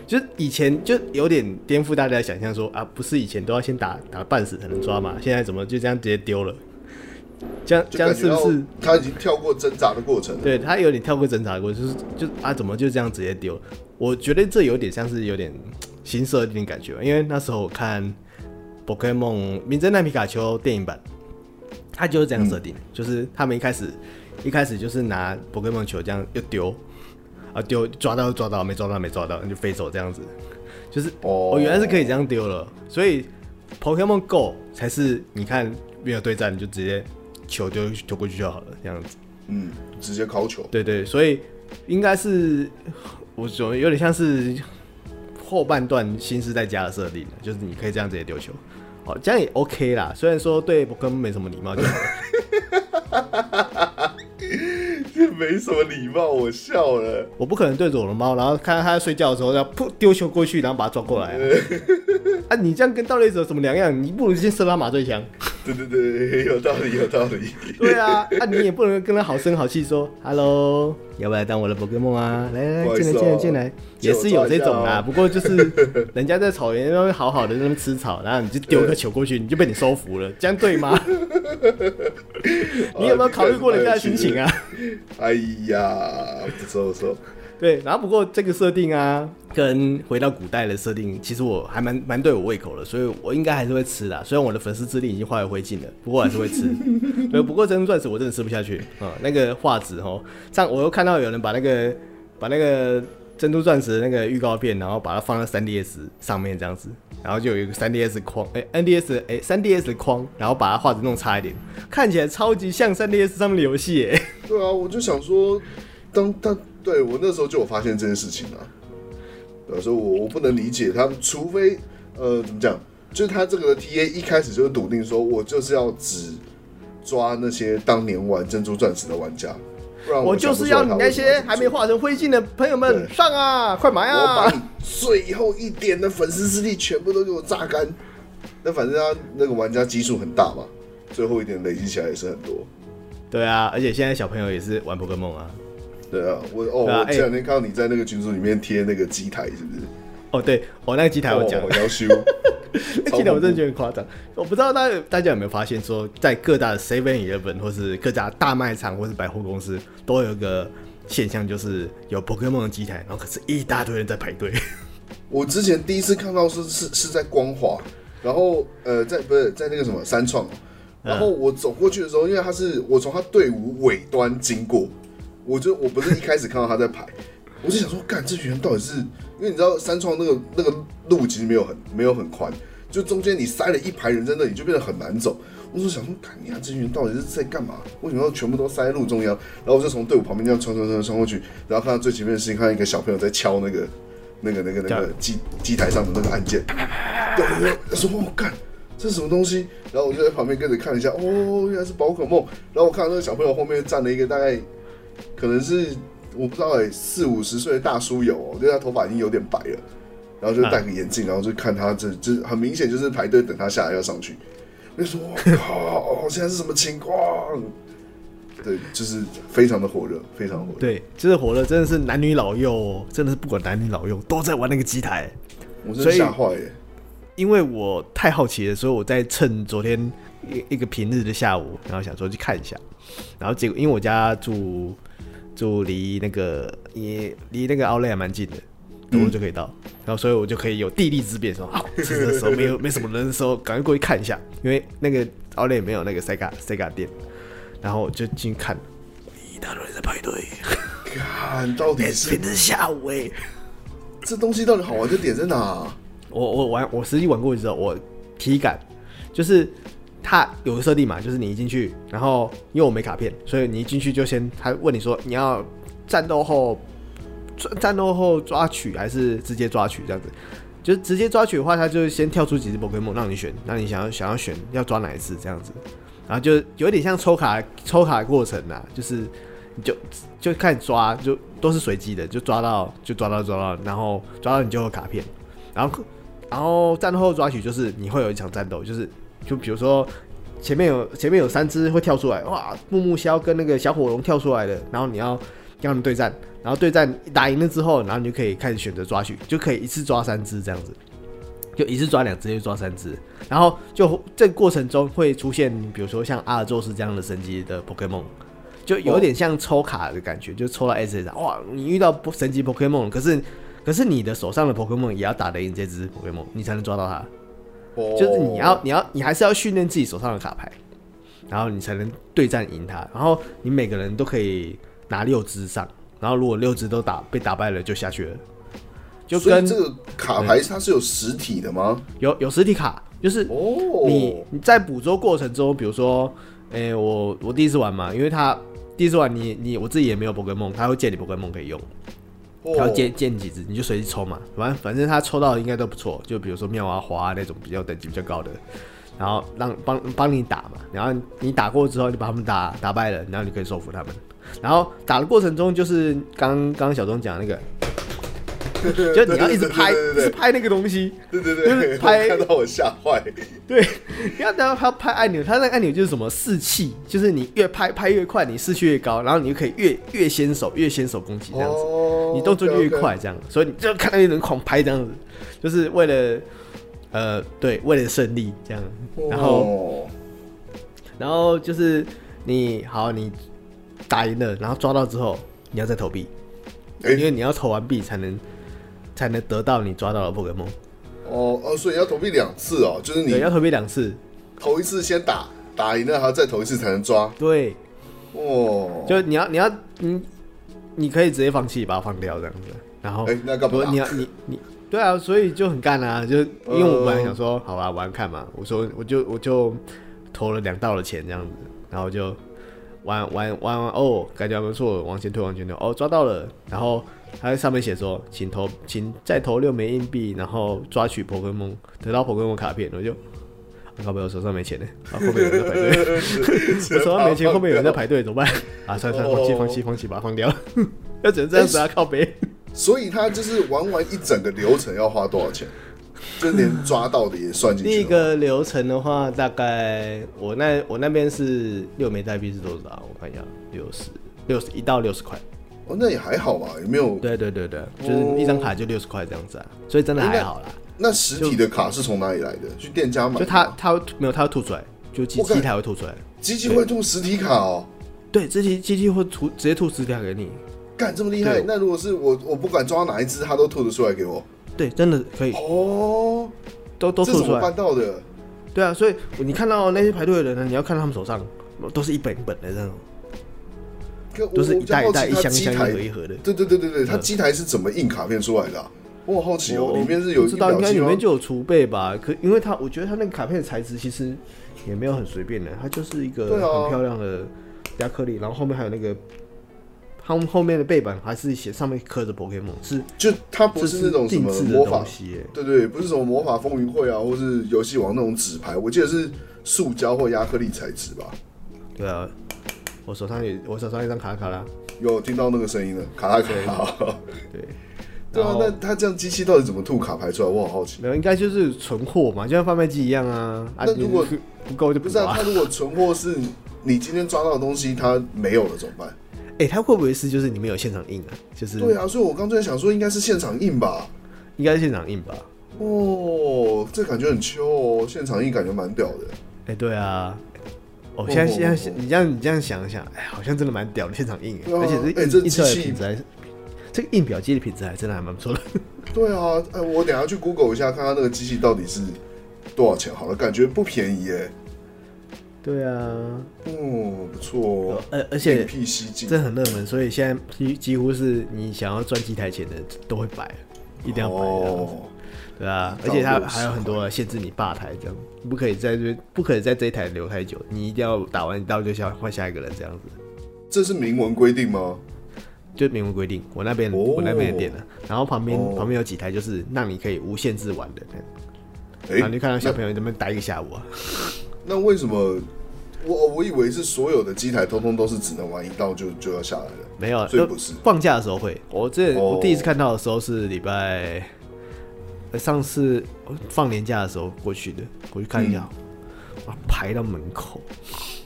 就是以前就有点颠覆大家的想象，说啊，不是以前都要先打打半死才能抓嘛，现在怎么就这样直接丢了？这样这样是不是他已经跳过挣扎的过程了？ 对他有点跳过挣扎的过程，就是就啊，怎么就这样直接丢了？我觉得这有点像是有点新设定的感觉，因为那时候我看《宝可梦名侦探皮卡丘》电影版，他就是这样设定、嗯，就是他们一开始一开始就是拿宝可梦球这样又丢。啊丢抓到抓到没抓到没抓到，你就飞走这样子，就是哦， oh. 原来是可以这样丢了，所以 Pokemon Go 才是你看没有对战你就直接球丢丢过去就好了这样子， 嗯，直接敲球， 对对，所以应该是我觉得有点像是后半段新世代加的设定，就是你可以这样直接丢球，好，这样也 OK 啦，虽然说对 Pokemon 没什么礼貌就好了。 没什么礼貌，我笑了。 我不可能对着我的猫，然后看到它在睡觉的时候，要噗丢球过去，然后把它抓过来啊！啊，你这样跟盗猎者有什么两样？你不如先射他麻醉枪。 对对对，有道理，有道理。 对啊，啊，你也不能跟他好声好气说 “hello”，要不要当我的宝可梦啊？来来，进来进来进来，也是有这种啦。不过就是人家在草原那边好好的在那边吃草，然后你就丢个球过去，你就被你收服了，这样对吗？你有没有考虑过人家的心情啊？ 哎呀，不错不错。 对，然后不过这个设定啊，跟回到古代的设定，其实我还蛮蛮对我胃口的，所以我应该还是会吃的。虽然我的粉丝之力已经化为灰烬了，不过我还是会吃。对，不过珍珠钻石我真的吃不下去啊、嗯，那个画质哦，上我又看到有人把那个把那个珍珠钻石的那个预告片，然后把它放在 三 D S 上面这样子，然后就有一个 三 D S 框，哎、欸、，N D S 哎、欸、三 D S 的框，然后把它画质弄差一点，看起来超级像 三 D S 上面的游戏哎。 对啊，我就想说，当当。对，我那时候就有发现这件事情啊，对，所以我我不能理解他们，除非呃怎么讲，就是他这个 T A 一开始就是笃定说，我就是要只抓那些当年玩珍珠钻石的玩家，不然 我, 我就是要你那些还没化成灰烬的朋友们上啊，快买啊！ 我把你最后一点的粉丝之力全部都给我榨干。那反正他那个玩家基数很大嘛，最后一点累积起来也是很多。 对啊，而且现在小朋友也是玩宝可梦啊。 对啊，我哦，啊、我前两天看到你在那个群组里面贴那个机台，是不是？ 哦，对，我、哦、那个机台我讲， 我要修。 那机台我真的觉得很夸张。我不知道大家大家有没有发现说，在各大的 seven eleven 或是各大大卖场或是百货公司，都有一个现象，就是有 Pokemon 的机台，然后可是一大堆人在排队。 我之前第一次看到是是是在光华，然后呃，在不是在那个什么三创，然后我走过去的时候，因为他是我从他队伍尾端经过。我就我不是一开始看到他在排，我就想说，干这群人到底是，因为你知道三创那个那个路其实没有很没有很宽，就中间你塞了一排人在那里，就变得很难走。我就想说，干你啊，这群人到底是在干嘛？为什么要全部都塞在路中央？然后我就从队伍旁边这样穿穿穿穿过去，然后看到最前面的事情，看到一个小朋友在敲那个那个那个那个机机台上的那个按键，对对对，他说我干。这是什么东西？然后我就在旁边跟着看一下，哦，原来是宝可梦。然后我看到那个小朋友后面站了一个大概。可能是我不知道哎、欸，四五十岁的大叔有、喔，就他头发已经有点白了，然后就戴个眼镜，然后就看他这这很明显就是排队等他下来要上去。我就说我靠，现在是什么情况？对，就是非常的火热，非常火热。 对，就是火热，真的是男女老幼、喔，真的是不管男女老幼都在玩那个机台、欸， 我真的吓坏耶！ 因为我太好奇了，所以我在趁昨天一个平日的下午，然后想说去看一下，然后结果因为我家住。住离那个也离那个 Outlet 还蛮近的，走路就可以到、嗯，然后所以我就可以有地利之便说，好，这个时候没有没什么人的时候，赶快过去看一下，因为那个 Outlet 没有那个 Sega Sega 店，然后我就进去看，一大堆人在排队， 看到底是平日下午哎、欸， 这东西到底好玩的点在哪、啊？ 我我玩我实际玩过之后，我体感就是。它有个设定嘛，就是你一进去，然后因为我没卡片，所以你一进去就先他问你说你要战斗后战斗后抓取还是直接抓取这样子。就是直接抓取的话，他就先跳出几只 Pokemon 让你选，让你想要想要选要抓哪一只这样子，然后就有点像抽卡抽卡的过程啦，就是你就就开始抓，就都是随机的，就抓到就抓到抓到，然后抓到你就有卡片，然后然后战斗后抓取就是你会有一场战斗，就是。就比如说前面有前面有三只会跳出来，哇，木木枭跟那个小火龙跳出来的，然后你要跟他们对战，然后对战打赢了之后，然后你就可以开始选择抓取，就可以一次抓三只这样子，就一次抓两只，就抓三只，然后就这个过程中会出现，比如说像阿尔宙斯这样的神级的 Pokémon， 就有点像抽卡的感觉，就抽到 S S， 哇，你遇到神级 Pokémon， 可是可是你的手上的 Pokémon 也要打得赢这只 Pokémon， 你才能抓到它。就是你要你要你还是要训练自己手上的卡牌，然后你才能对战赢它。然后你每个人都可以拿六只上，然后如果六只都打被打败了就下去了。就跟所以这个卡牌它是有实体的吗？ 有有实体卡，就是你你在捕捉过程中，比如说，诶、欸，我我第一次玩嘛，因为他第一次玩你你我自己也没有 Pokémon， 他会借你 Pokémon 可以用。他要借借你几只，你就随机抽嘛。反正反正他抽到的应该都不错，就比如说妙蛙花那种比较等级比较高的，然后让帮帮你打嘛。然后你打过之后，你把他们打打败了，然后你可以收服他们。然后打的过程中，就是刚刚小钟讲那个，就你要一直拍，一直拍那个东西。 对对对， 就是拍， 看到我吓坏。 对，你要等他拍按钮，他那个按钮就是什么士气，就是你越拍拍越快，你士气越高，然后你就可以越越先手，越先手攻击这样子，哦、你动作就越快这样， okay, okay. 所以你就看到有人狂拍这样子，就是为了呃对，为了胜利这样，然后、哦、然后就是你好，你打赢了，然后抓到之后，你要再投币，欸、因为你要投完币才能才能得到你抓到的 Pokémon。 哦哦，所以要投币两次哦，就是你对要投币两次， 投一次先打，打赢了还要再投一次才能抓。 对， 哦， 就你要你要你你可以直接放弃把它放掉这样子，然后哎、欸、那干嘛？ 你要你你对啊，所以就很干啊，就因为我本来想说，好吧玩看嘛，我说我就我就投了两道的钱这样子，然后就玩玩玩玩哦，感觉还不错，往前推往前推，哦抓到了，然后。它在上面写说，请投，请再投六枚硬币，然后抓取 Pokémon， 得到 Pokémon 卡片。我就，靠北，我手上没钱呢，啊，后面有人在排队，我手上没钱，后面有人在排队，怎么办？啊，算了算了，放弃放弃放弃，把它放掉，要只能这样子啊，靠北。 所以他就是玩完一整个流程要花多少钱？就连抓到的也算进去。 第一个流程的话，大概我那我那边是六枚代币是多少？我看一下，六十六十一到六十块。 哦，那也还好嘛，有没有？ 对对对对，就是一张卡就六十块这样子啊，所以真的还好啦。 那, 那实体的卡是从哪里来的？去店家买？ 就他他没有，他会吐出来，就机机台会吐出来。 机器会吐实体卡哦？ 对，机器机器会吐直接吐实体卡给你。 干这么厉害？那如果是我，我不管抓哪一只，他都吐得出来给我。 对，真的可以。 哦， 都都吐出来。 这怎么办到的？ 对啊，所以你看到那些排队的人呢，你要看他们手上都是一本一本的这种。都是一袋一袋、一箱一箱、一盒一盒的。 对对对对对，它机台是怎么印卡片出来的、啊？我好奇哦，里面是有知道应该里面就有储备吧？可因为它，我觉得它那个卡片的材质其实也没有很随便的，它就是一个很漂亮的亚克力，然后后面还有那个后后面的背板还是写上面刻着 Pokémon， 是就它不是那种什么魔法，对对，不是什么魔法风云会啊，或是游戏王那种纸牌，我记得是塑胶或亚克力材质吧？ 对啊。我手上有，我手上有一张卡拉卡拉， 有听到那个声音了，卡拉卡拉。 对， 对啊，那他这样机器到底怎么吐卡牌出来？我好好奇。 没有，应该就是存货嘛，就像贩卖机一样啊。 那如果不够就不是啊，他如果存货是你今天抓到的东西，他没有了怎么办？ 哎、欸，他会不会是就是你没有现场印啊？就是对啊，所以我刚才想说，应该是现场印吧？ 应该是现场印吧？ 哦，这感觉很秋哦，现场印感觉蛮屌的。 哎、欸，对啊。哦，现在现在你这样你这样想一想，哎，好像真的蛮屌的，现场印、啊，而且这印、欸、印出来的品质还是这个印表机的品质还真的还蛮不错的。 对啊，哎，我等一下去 Google 一下，看看那个机器到底是多少钱好了，感觉不便宜耶。 对啊， 哦，不错， 而而且这很热门，所以现在几乎是你想要赚机台钱的都会摆，一定要摆哦。对啊，而且它还有很多限制你霸台，这样不可以在这不可以在这一台留太久，你一定要打完一道就想换下一个人这样子。 这是明文规定吗？ 就明文规定，我那边、哦、我那边的店了，然后旁边、哦、旁边有几台就是让你可以无限制玩的，欸、然后你就看到小朋友在那边待一个下午啊。 那为什么我我以为是所有的机台通通都是只能玩一道就就要下来了？ 没有， 所以不是放假的时候会。我这、哦、我第一次看到的时候是礼拜。上次放年假的时候过去的，过去看一下，哇、嗯，排到门口，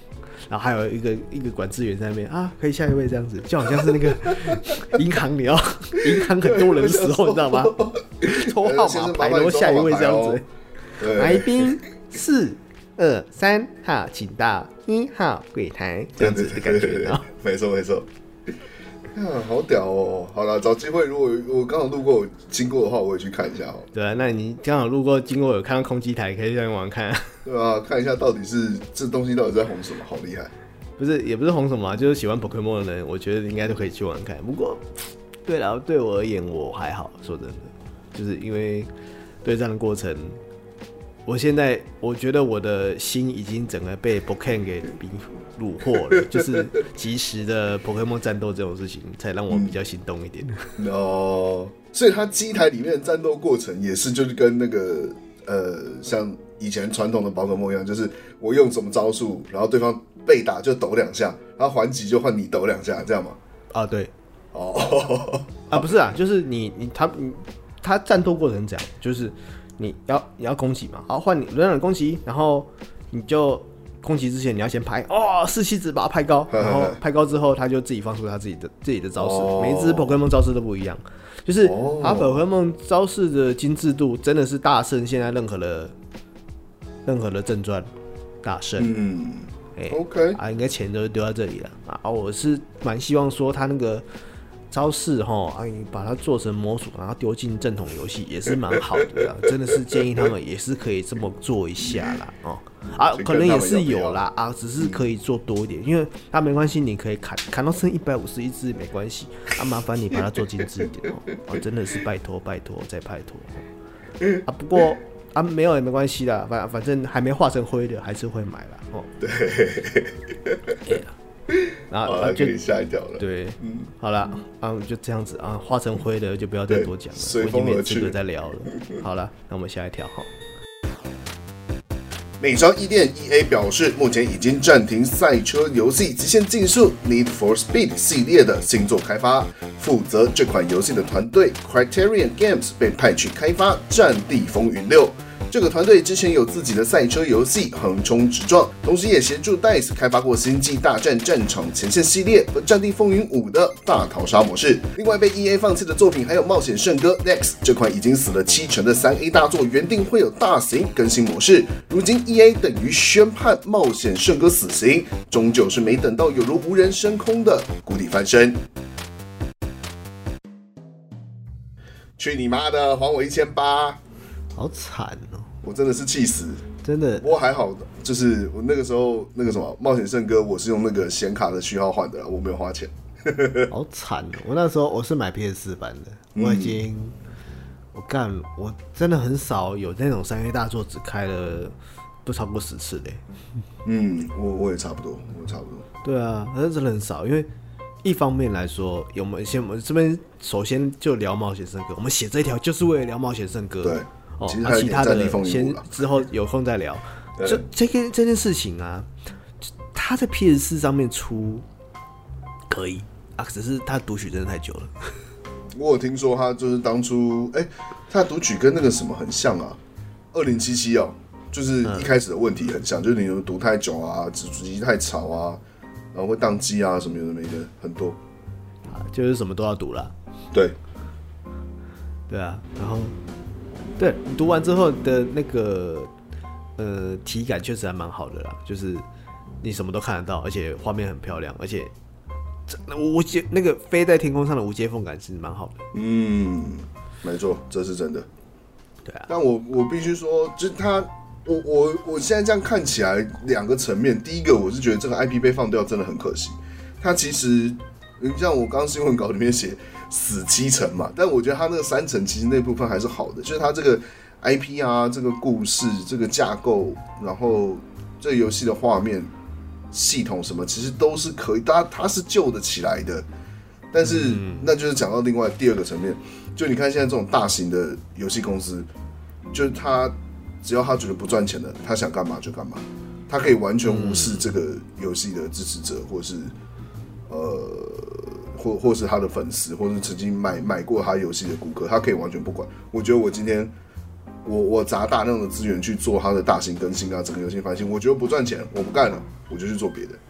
然后还有一个一个管制员在那边啊，可以下一位这样子，就好像是那个银行，你要银行很多人的时候，你知道吗？抽号码牌，然后下一位这样子。来宾四二三号，请到一号柜台，这样子的感觉啊。 没错没错。啊，好屌哦！好了，找机会，如果我刚好路过经过的话，我也去看一下哦。 对啊，那你刚好路过经过有看到空机台，可以上网看、啊。 对啊，看一下到底是这东西到底在红什么，好厉害！ 不是，也不是红什么、啊，就是喜欢 Pokemon 的人，我觉得应该都可以去玩看。不过，对了，对我而言，我还好，说真的，就是因为对战的过程。我现在我觉得我的心已经整个被 Pokemon 给虏获了，就是即时的 Pokemon 战斗这种事情，才让我比较心动一点。 嗯、哦，所以它机台里面的战斗过程也是就是跟那个呃，像以前传统的宝可梦一样，就是我用什么招数，然后对方被打就抖两下，然后还击就换你抖两下，这样吗？ 啊，对。 哦， 啊，不是啊，就是你你他你他战斗过程这样，就是。你要你要攻击嘛，好换你轮流攻击，然后你就攻击之前你要先拍哦，士气值把它拍高，然后拍高之后他就自己放出他自己的自己的招式，哦、每一只 Pokemon 招式都不一样，就是他 Pokemon 招式的精致度真的是大胜现在任何的任何的正传大胜。 嗯， 哎、 欸、，OK 啊，应该钱都丢在这里了啊，我是蛮希望说他那个。招式哈，啊，你把它做成魔术，然后丢进正统游戏也是蛮好的啦。真的是建议他们也是可以这么做一下啦，哦，啊，可能也是有啦啊，只是可以做多一点，因为啊没关系，你可以砍砍到剩一百五十一只没关系，啊，麻烦你把它做精致一点哦，啊，真的是拜托拜托再拜托啊，不过啊没有也没关系啦，反反正还没化成灰的还是会买啦，哦， 对。 然后就吓一跳了。 对，嗯，好了，啊，就这样子啊，化成灰的就不要再多讲了，我已经没资格再聊了。好了，那我们下一条哈。 美商一店 E A 表示，目前已经暂停赛车游戏《极限竞速》Need for Speed 系列的新作开发，负责这款游戏的团队 Criterion Games 被派去开发《战地风云六》。这个团队之前有自己的赛车游戏《横冲直撞》，同时也协助 D I C E 开发过《星际大战：战场前线》系列和《战地风云五》的大逃杀模式。另外被 E A 放弃的作品还有《冒险圣歌 Next》这款已经死了七成的 三 A 大作，原定会有大型更新模式，如今 E A 等于宣判《冒险圣歌》死刑，终究是没等到有如无人升空的谷底翻身。去你妈的，还我一千八！ 好惨哦！ 我真的是气死， 真的。 不过还好，就是我那个时候那个什么冒险圣歌，我是用那个显卡的序号换的，我没有花钱。 好惨哦！我那时候我是买 P S 四 版的，我已经、嗯、我干，我真的很少有那种三 A 大作只开了不超过十次的。 嗯，我我也差不多，我差不多。 对啊，但是真的很少，因为一方面来说，有没先我们这边首先就聊冒险圣歌，我们写这一条就是为了聊冒险圣歌。 对。 哦， 其实还有其他的先了之后有空再聊。这这件这件事情啊，他在 P S 四 上面出可以啊，只是他读取真的太久了。 我有听说他就是当初，哎、欸，他的读取跟那个什么很像啊，二零七七哦，就是一开始的问题很像，嗯、就是你读太久啊，主机太吵啊，然后会宕机啊，什么有的没的很多。 啊，就是什么都要读啦。 对， 对啊，然后。对你读完之后的那个呃体感确实还蛮好的啦，就是你什么都看得到，而且画面很漂亮，而且无接那个飞在天空上的无接缝感是蛮好的。 嗯，没错，这是真的。 对啊， 但我我必须说，就是他，我我我现在这样看起来两个层面，第一个我是觉得这个 I P 被放掉真的很可惜，它其实你像我刚刚新闻稿里面写。死七成嘛，但我觉得他那个三成其实那部分还是好的，就是他这个 I P 啊，这个故事、这个架构，然后这个游戏的画面、系统什么，其实都是可以，它它是救得起来的。但是、嗯、那就是讲到另外第二个层面，就你看现在这种大型的游戏公司，就是他只要他觉得不赚钱的，他想干嘛就干嘛，他可以完全无视这个游戏的支持者，或是呃。或或是他的粉丝，或是曾经买买过他游戏的顾客，他可以完全不管。我觉得我今天我我砸大量的资源去做他的大型更新啊，整个游戏翻新，我觉得不赚钱，我不干了，我就去做别的。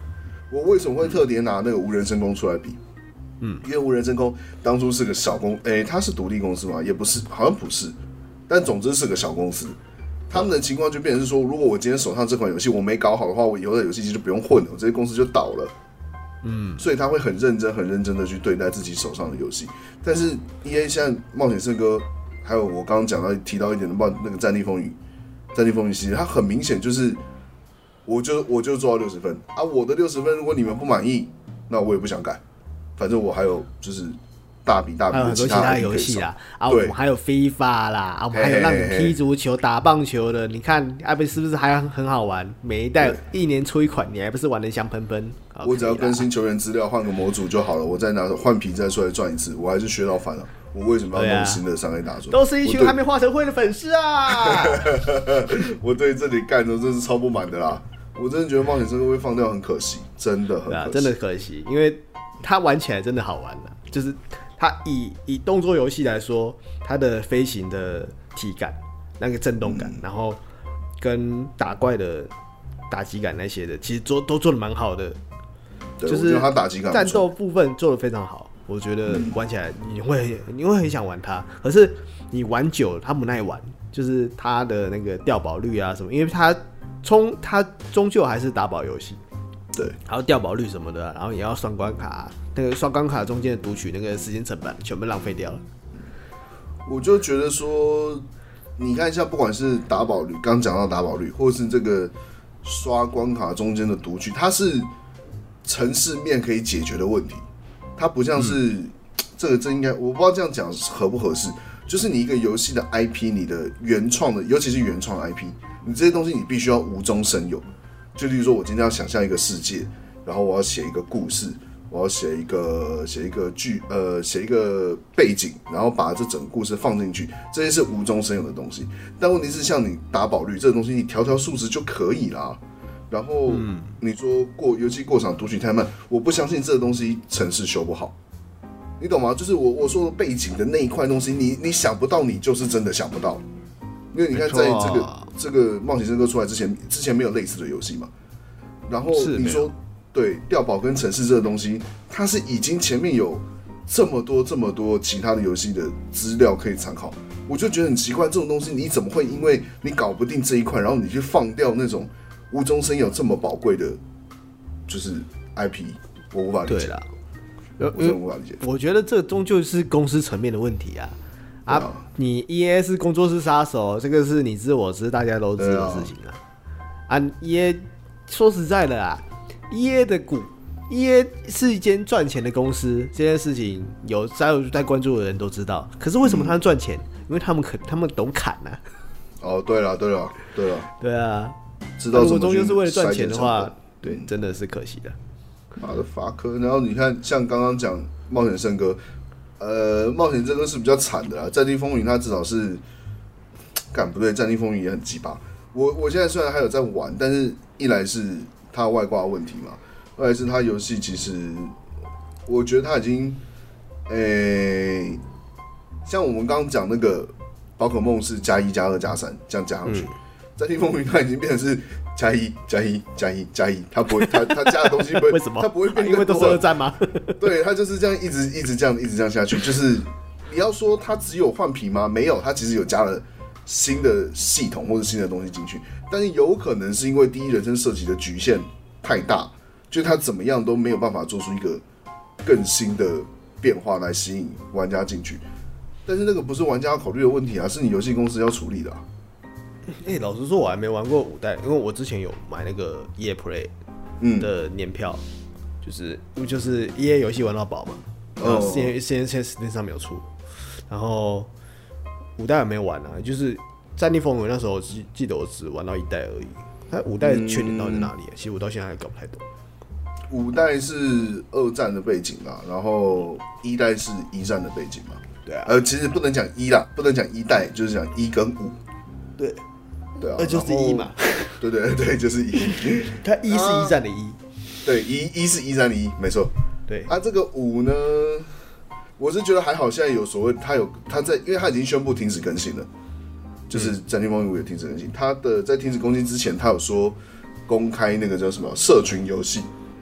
我为什么会特别拿那个无人深空出来比？嗯，因为无人深空当初是个小公，诶、欸，它是独立公司吗？也不是，好像不是，但总之是个小公司。他们的情况就变成是说，如果我今天手上这款游戏我没搞好的话，我以后的游戏机就不用混了，我这些公司就倒了。嗯，所以他会很认真、很认真的去对待自己手上的游戏。但是 E A 现在冒险圣歌，还有我刚刚讲到提到一点的冒那个战地风云，战地风云系列，它很明显就是，我就我就做到六十分啊，我的六十分如果你们不满意，那我也不想改，反正我还有就是大笔大笔的其他游戏啦，啊，我们还有 FIFA 啦，啊，我们还有让你踢足球、打棒球的，你看阿贝是不是还很好玩？每一代一年出一款，你还不是玩得香喷喷？ 我只要更新球员资料，换个模组就好了，我再拿换皮再出来赚一次，我还是学到烦了。我为什么要弄新的三 A 大作？ 都是一群还没化成灰的粉丝啊！ 我对这里干的真是超不满的啦！我真的觉得冒险圣歌会放掉很可惜，真的很可惜， 啊、真的可惜，因为它玩起来真的好玩的，就是它以以动作游戏来说，它的飞行的体感、那个震动感，嗯、然后跟打怪的打击感那些的，其实做都做的蛮好的。就是它打击感战斗部分做的非常好，我觉得玩起来你会你会很想玩它，可是你玩久了它不耐玩，就是它的那个掉宝率啊什么，因为它冲它终究还是打宝游戏， 对， 还有掉宝率什么的，然后也要刷关卡，那个刷关卡中间的读取那个时间成本全部浪费掉了。 我就觉得说，你看一下，不管是打宝率，刚讲到打宝率，或是这个刷关卡中间的读取，它是城市面可以解决的问题，它不像是、嗯、这个这应该我不知道这样讲合不合适，就是你一个游戏的 I P， 你的原创的，尤其是原创 I P， 你这些东西你必须要无中生有。就例如说，我今天要想象一个世界，然后我要写一个故事，我要写一个写一个剧，呃，写一个背景，然后把这整个故事放进去，这些是无中生有的东西。但问题是，像你打宝率这个东西，你调调数值就可以啦。然后你说过游戏过场读取太慢，我不相信这个东西程式修不好，你懂吗？就是我我说的背景的那一块东西，你你想不到，你就是真的想不到。因为你看，在这个、啊、这个冒险圣歌出来之前，之前没有类似的游戏嘛。然后你说对掉宝跟程式这个东西，它是已经前面有这么多这么多其他的游戏的资料可以参考，我就觉得很奇怪，这种东西你怎么会因为你搞不定这一块，然后你去放掉那种无中生有这么宝贵的，就是 I P， 我无法理解。对啦，我真的无法理解。 我觉得这终究是公司层面的问题啊。啊，啊你 E A 是工作室杀手，这个是你知我知，大家都知的事情啊。啊 ，E A 说实在的啊 ，E A 的股 ，E A 是一间赚钱的公司，这件事情有在有在关注的人都知道。可是为什么他们赚钱？嗯、因为他们可他们懂砍啊。 哦，对了，对了，对了， 对啊。 知道如果终究是为了赚钱的话，对，真的是可惜的。 妈的法科，然后你看，像刚刚讲冒险圣歌，呃，冒险圣歌是比较惨的啦。战地风云它至少是，干不对，战地风云也很鸡巴。我我现在虽然还有在玩，但是一来是它外挂问题嘛，二来是它游戏其实，我觉得它已经，诶、欸，像我们刚刚讲那个宝可梦是加一加二加三这样加上去。嗯战地风云它已经变成是加一加一加一加一，它不会，它它加的东西不会， 为什么？ 它不会变更多， 因为都是二战吗？ 对，它就是这样一直一直这样一直这样下去。就是你要说它只有换皮吗？没有，它其实有加了新的系统或者新的东西进去，但是有可能是因为第一人称射击的局限太大，就是它怎么样都没有办法做出一个更新的变化来吸引玩家进去。但是那个不是玩家要考虑的问题啊，是你游戏公司要处理的啊。 哎、欸，老实说，我还没玩过五代，因为我之前有买那个 E A Play 的年票，嗯、就是就是 E A 游戏玩到饱嘛，然后现在现在 Steam 上没有出，然后五代还没玩啊，就是战地风云那时候记记得我只玩到一代而已，它五代的缺点到底在哪里、啊？嗯、其实我到现在还搞不太懂。 五代是二战的背景嘛，然后一代是一战的背景嘛， 对啊， 呃，其实不能讲一啦，不能讲一代，就是讲一跟五， 对。 对啊， 二就是一嘛， 对对对，就是一。 它一是一战的一，啊、 对，一一是一战的一，没错。 对， 啊，这个五呢，我是觉得还好，现在有所谓，它有它在，因为它已经宣布停止更新了，就是战地风云五也停止更新。它的在停止更新之前，它有说公开那个叫什么社群游戏，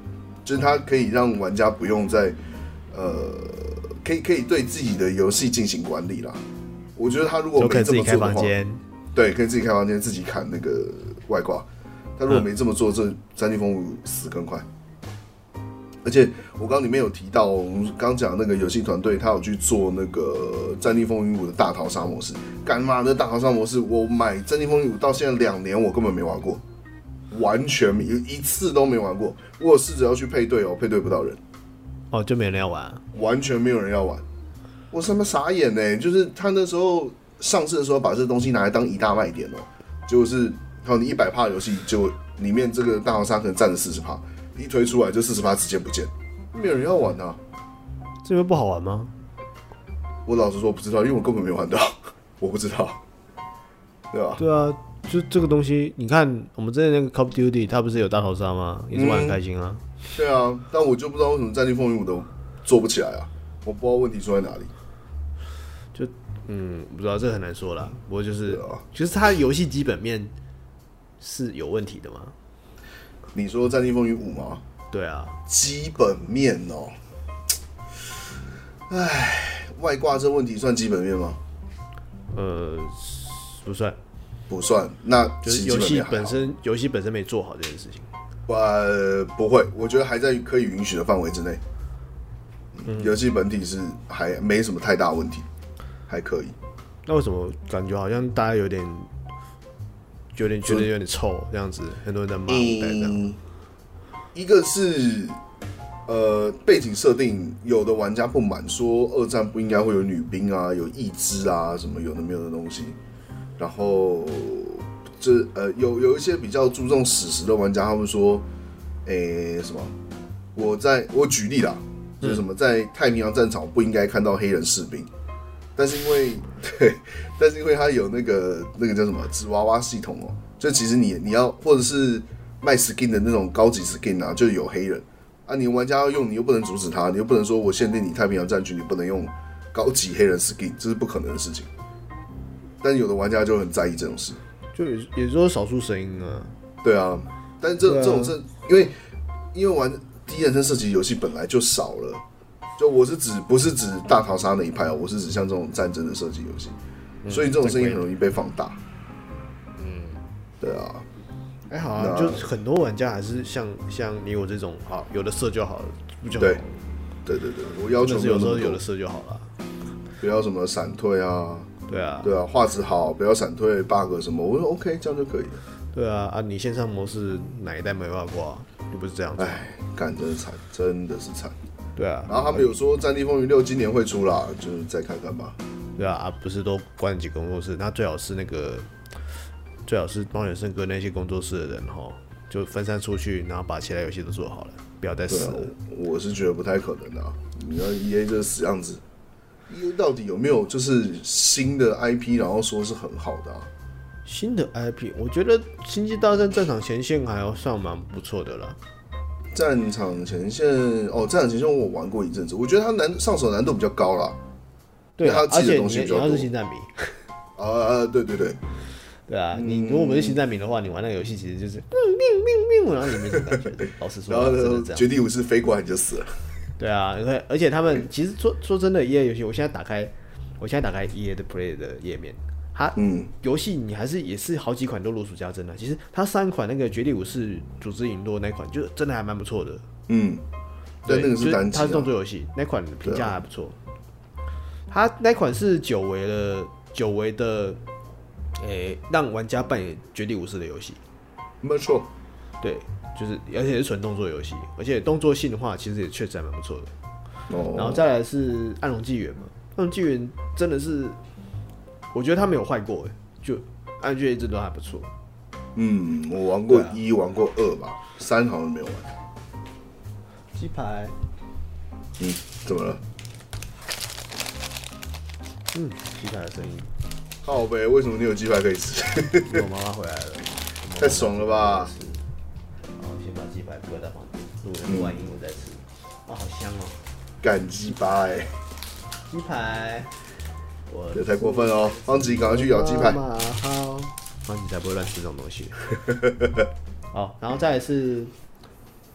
就是它可以让玩家不用再呃，可以可以对自己的游戏进行管理啦。我觉得他如果没这么做的话，对，可以自己开房间，自己砍那个外挂。他如果没这么做，这《战地风云五》死更快。而且我刚刚里面有提到，我们刚讲那个游戏团队，他有去做那个《战地风云五》的大逃杀模式。干嘛的大逃杀模式？我买《战地风云五》到现在两年，我根本没玩过，完全没一次都没玩过。我有试着要去配对哦，配对不到人。 哦，就没人要玩、啊， 完全没有人要玩。我他妈傻眼呢、欸！就是他那时候上市的时候，把这东西拿来当一大卖点哦、喔。结果是，好，你一百趴游戏，结果里面这个大逃杀可能占了四十趴，一推出来就四十趴直接不见，没有人要玩啊。 这边不好玩吗？ 我老实说不知道，因为我根本没玩到，我不知道，对吧、啊？ 对啊，就这个东西，你看我们之前那个 Call of Duty， 它不是有大逃杀吗？也是玩很开心啊。 嗯、对啊，但我就不知道为什么《战地风云五》都做不起来啊，我不知道问题出在哪里。 就嗯，不知道，这很难说啦。不过就是， 啊、 就是它游戏基本面是有问题的嘛？ 你说《战地风云五》吗？ 对啊， 基本面哦，唉，外挂这问题算基本面吗？ 呃，不算， 不算。那就是游戏本身，游戏本身没做好这件事情。 呃，不会，我觉得还在可以允许的范围之内。嗯、游戏本体是还没什么太大问题。还可以， 那为什么感觉好像大家有点，有点觉得有点臭这样子？很多人在骂。嗯， 一个是呃背景设定，有的玩家不满，说二战不应该会有女兵啊，有义肢啊，什么有的没有的东西。然后这呃有有一些比较注重史实的玩家，他们说，诶、欸、什么？我在我举例啦，就是什么在太平洋战场不应该看到黑人士兵。但是因为对，但是因为它有那个那个叫什么纸娃娃系统哦，就其实你你要或者是卖 skin 的那种高级 skin 啊，就有黑人啊，你玩家要用，你又不能阻止他，你又不能说我限定你太平洋战区，你不能用高级黑人 skin， 这是不可能的事情。但是有的玩家就很在意这种事， 就也也说少数声音啊， 对啊，但是这、啊、这种是因为因为玩第一人称射击游戏本来就少了。就我是指不是指大逃杀那一派哦，我是指像这种战争的射击游戏，嗯、所以这种声音很容易被放大。嗯，对啊， 还、欸、好啊，就很多玩家还是像像你我这种，好有的射就好了，不就好？ 对，对对对，我要求是有时候有的射就好了， 不要什么闪退啊， 对啊， 对啊，画质好，不要闪退 bug 什么，我说 OK， 这样就可以了。 对啊，啊，你线上模式哪一代没办法挂，又不是这样子。 哎，干真的惨，真的是惨。 对啊， 然后他们有说《战地风云六》今年会出啦，就是再看看吧。 对啊，啊不是都关几个工作室，那最好是那个，最好是猫眼圣哥那些工作室的人哈，就分散出去，然后把其他游戏都做好了，不要再死了。 啊、我是觉得不太可能的、啊。你要 E A 这个死样子 ，E A 到底有没有就是新的 I P， 然后说是很好的啊？ 新的 I P， 我觉得《星际大战：战场前线》还要算蛮不错的啦。 战场前线哦，战场前线我玩过一阵子，我觉得它难上手难度比较高啦。 对、啊， 而且你你要是星战迷， 啊啊，对对对， 对啊，嗯、你如果不是星战迷的话，你玩那个游戏其实就是命命命，然后你没什么感觉。老实说， 然后绝地武士飞过来你就死了。 对啊，而且他们其实说说真的 ，E A 游戏，我现在打开，我现在打开 E A 的 Play 的页面。它嗯，游戏你还是也是好几款都如数家珍的。其实它上一款那个《绝地武士组织陨落》那款，就真的还蛮不错的。嗯， 对，那个是单机、啊， 它是动作游戏，那款评价还不错。它那款是久违了，久违的，诶、欸，让玩家扮演绝地武士的游戏。 没错， 对，就是而且是纯动作游戏，而且动作性的话，其实也确实还蛮不错的。哦，然后再来是《暗龙纪元》嘛，《暗龙纪元》真的是。我觉得他没有坏过，就暗剧一直都还不错。 嗯，我玩过一、啊，玩过二吧，三好像没有玩。 鸡排。 嗯，怎么了？ 嗯，鸡排的声音。 靠北，为什么你有鸡排可以吃？ 我妈妈回来了。 太爽了吧！ 好，先把鸡排搁在旁边，录完音我再吃。哇、哦，好香哦！ 干鸡巴哎！ 鸡排。 这太过分了哦！方吉赶快去咬鸡排。 好，方吉才不会乱吃这种东西。好，然后再来是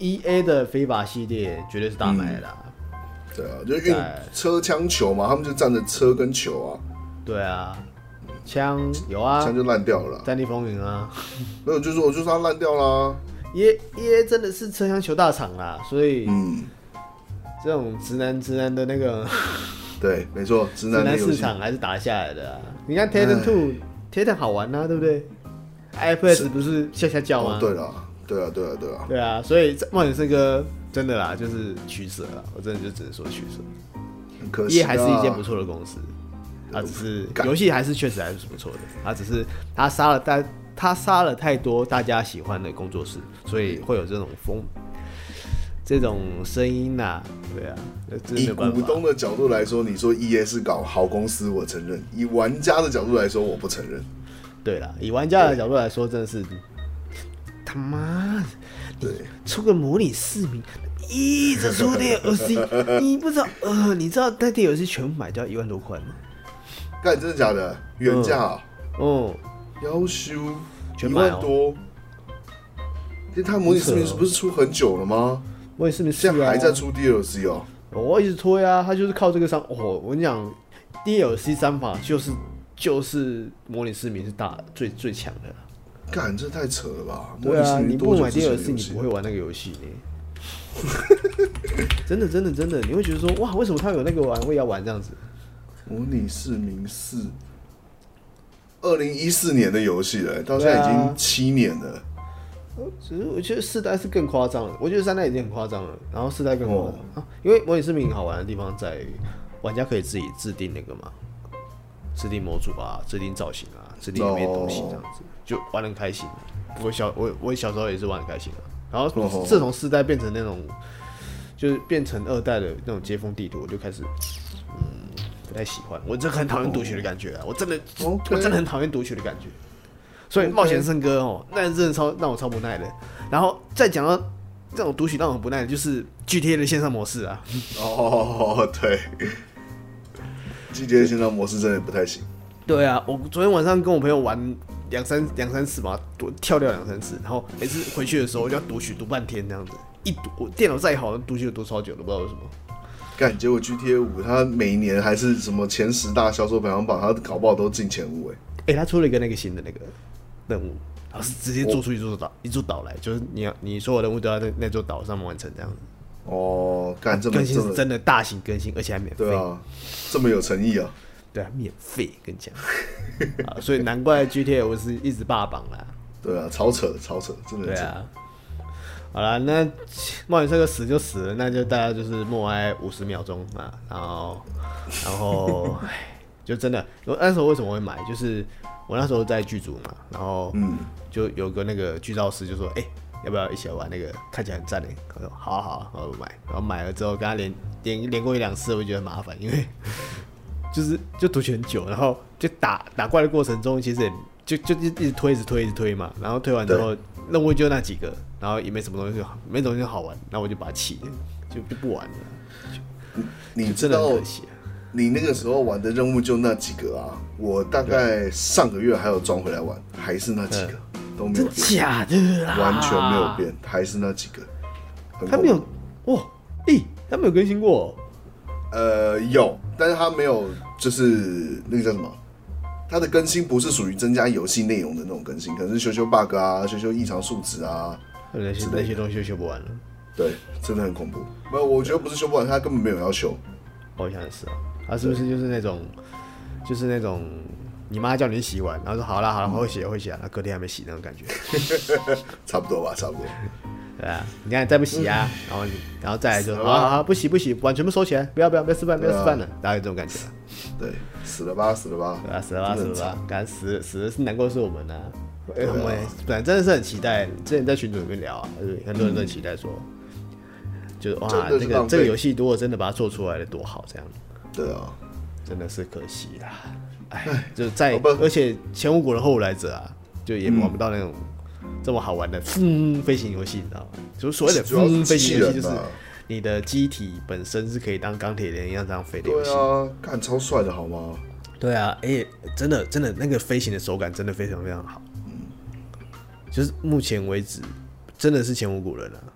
E A 的非法系列绝对是大卖的啦。 嗯、对啊，就运车枪球嘛，他们就站着车跟球啊。 对啊，枪有啊， 枪就烂掉了啦。 战地风云啊， 没有，就是我就说它烂掉啦。 E A 真的是车枪球大厂啦，所以嗯，这种直男直男的那个。 对，没错，直男的市场还是打下来的啊！你看 Titan 二 ，Titan 好玩啊，对不对 ？I F S 不是下下叫吗？ 哦、对了，对啊，对啊，对啊， 对啊，所以冒险圣歌真的啦，就是取舍啦，我真的就只能说取舍。 很可惜、啊， 也还是一间不错的公司，它只是游戏还是确实还是不错的，它只是它杀了大他杀了太多大家喜欢的工作室，所以会有这种风。这种声音呐、啊，对啊， 以股东的角度来说，你说 E A 是搞好公司，我承认；以玩家的角度来说，我不承认。 对啦，以玩家的角度来说，真的是他妈，对，出个模拟市民，一直出 D L C， 你不知道呃，你知道那 D L C 全部买掉一万多块吗？ 干，真的假的？原价、啊？ 哦、嗯， 要修一全买、哦、 万多。因为他模拟市民不是出很久了吗？ 模拟市民现在还在出 D L C 哦。 我一直推啊，他就是靠这个商。哦，我跟你讲 ，D L C 三法就是就是模拟市民是大最最强的。 干，这太扯了吧？ 对啊，你不买 D L C， 你不会玩那个游戏呢。真的，真的，真的，你会觉得说，哇，为什么他有那个玩，我也要玩这样子？ 模拟市民四，二零一四年的游戏了，到现在已经七年了。 只是我觉得四代是更夸张了，我觉得三代已经很夸张了，然后四代更夸张、哦啊，因为模拟市民好玩的地方在于玩家可以自己制定那个嘛，制定模组啊，制定造型啊，制定里面东西这样子，哦、就玩得很开心。我小我我小时候也是玩得很开心啊，然后自从四代变成那种，就是变成二代的那种接风地图，我就开始嗯不太喜欢，我真的很讨厌读取的感觉啊，我真的、哦 okay、我真的很讨厌读取的感觉。所以冒险圣歌哦，那真的超让我超不耐的。然后再讲到这种读取让我不耐的，就是 G T A 的线上模式啊。 哦，对 ，G T A 线上模式真的不太行。 对啊，我昨天晚上跟我朋友玩两三两三次嘛，跳掉两三次，然后每次回去的时候我就要读取读半天这样子。一读我电脑再好，读取读超久了，不知道为什么。 干，结果 G T A 五它每一年还是什么前十大销售排行榜，它搞不好都进前五哎。 哎、欸，它出了一个那个新的那个。任务，然后直接做出一座岛，一座岛来，就是你要你所有任务都要在那座岛上面完成这样子。 哦，干这么更新是真的大型更新，而且还免费。 对啊，这么有诚意啊！ 对啊，免费跟你讲啊，所以难怪 G T A 我是一直霸榜啦。 对啊，超扯超扯，真的。 对啊。好了，那冒险这个死就死了，那就大家就是默哀五十秒钟啊，然后然后就真的，那时候为什么会买，就是。我那时候在剧组嘛，然后就有个那个剧照师就说：“哎、欸，要不要一起来玩那个？看起来很赞嘞。”我说：“好啊好啊。”然后我买，然后买了之后跟他连连连过一两次，我就觉得很麻烦，因为就是就读取很久，然后就打打怪的过程中，其实也就就一直推一直推一直推嘛，然后推完之后任务就那几个，然后也没什么东西，没什么东西好玩，然后我就把它弃了，就就不玩了。 你知道？你那个时候玩的任务就那几个啊，我大概上个月还有装回来玩，还是那几个，都没有变。 真假的啦？ 完全没有变，还是那几个。 他没有哇？咦、欸，他没有更新过？ 呃，有，但是他没有，就是那个叫什么？它的更新不是属于增加游戏内容的那种更新，可能是修修 bug 啊，修修异常数值啊， 那些那些东西就修不完了。 对，真的很恐怖。没有，我觉得不是修不完，他根本没有要修。 我想是啊。他、啊、是不是就是那种，就是那种你妈叫你洗碗，然后说好啦好啦，我会洗我会洗啊，那隔天还没洗那种感觉， 差不多吧，差不多。 对啊，你看再不洗啊，然后然后再来就好好好不洗不洗，碗全部收起来，不要不要不要吃饭不要吃饭了，大概这种感觉。 对，死了吧死了吧， 对啊死了吧死了吧，感觉死死的是难过是我们啊，我们本来真的是很期待，之前在群组里面聊啊，很多人都很期待说，就是哇这个这个游戏如果真的把它做出来的多好这样。 对啊， 真的是可惜啦，哎，就在而且前无古人后无来者啊，就也玩不到那种这么好玩的风飞行游戏，你知道吗？就是所谓的风飞行游戏，就是你的机体本身是可以当钢铁人一样这样飞的游戏。 对啊，看超帅的好吗？ 对啊，哎、欸，真的真的那个飞行的手感真的非常非常好，嗯，就是目前为止真的是前无古人啊。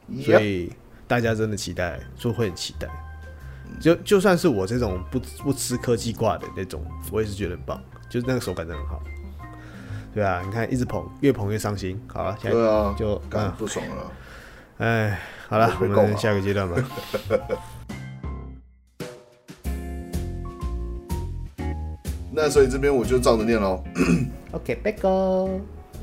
所以大家真的期待，就会很期待。就就算是我这种不不吃科技挂的那种，我也是觉得很棒，就是那个手感真的很好。对啊，你看一直捧，越捧越伤心。好了，现在对啊， 就干不爽了。 哎，好了，我们下个阶段吧。 那所以这边我就照着念喽。 OK，back go。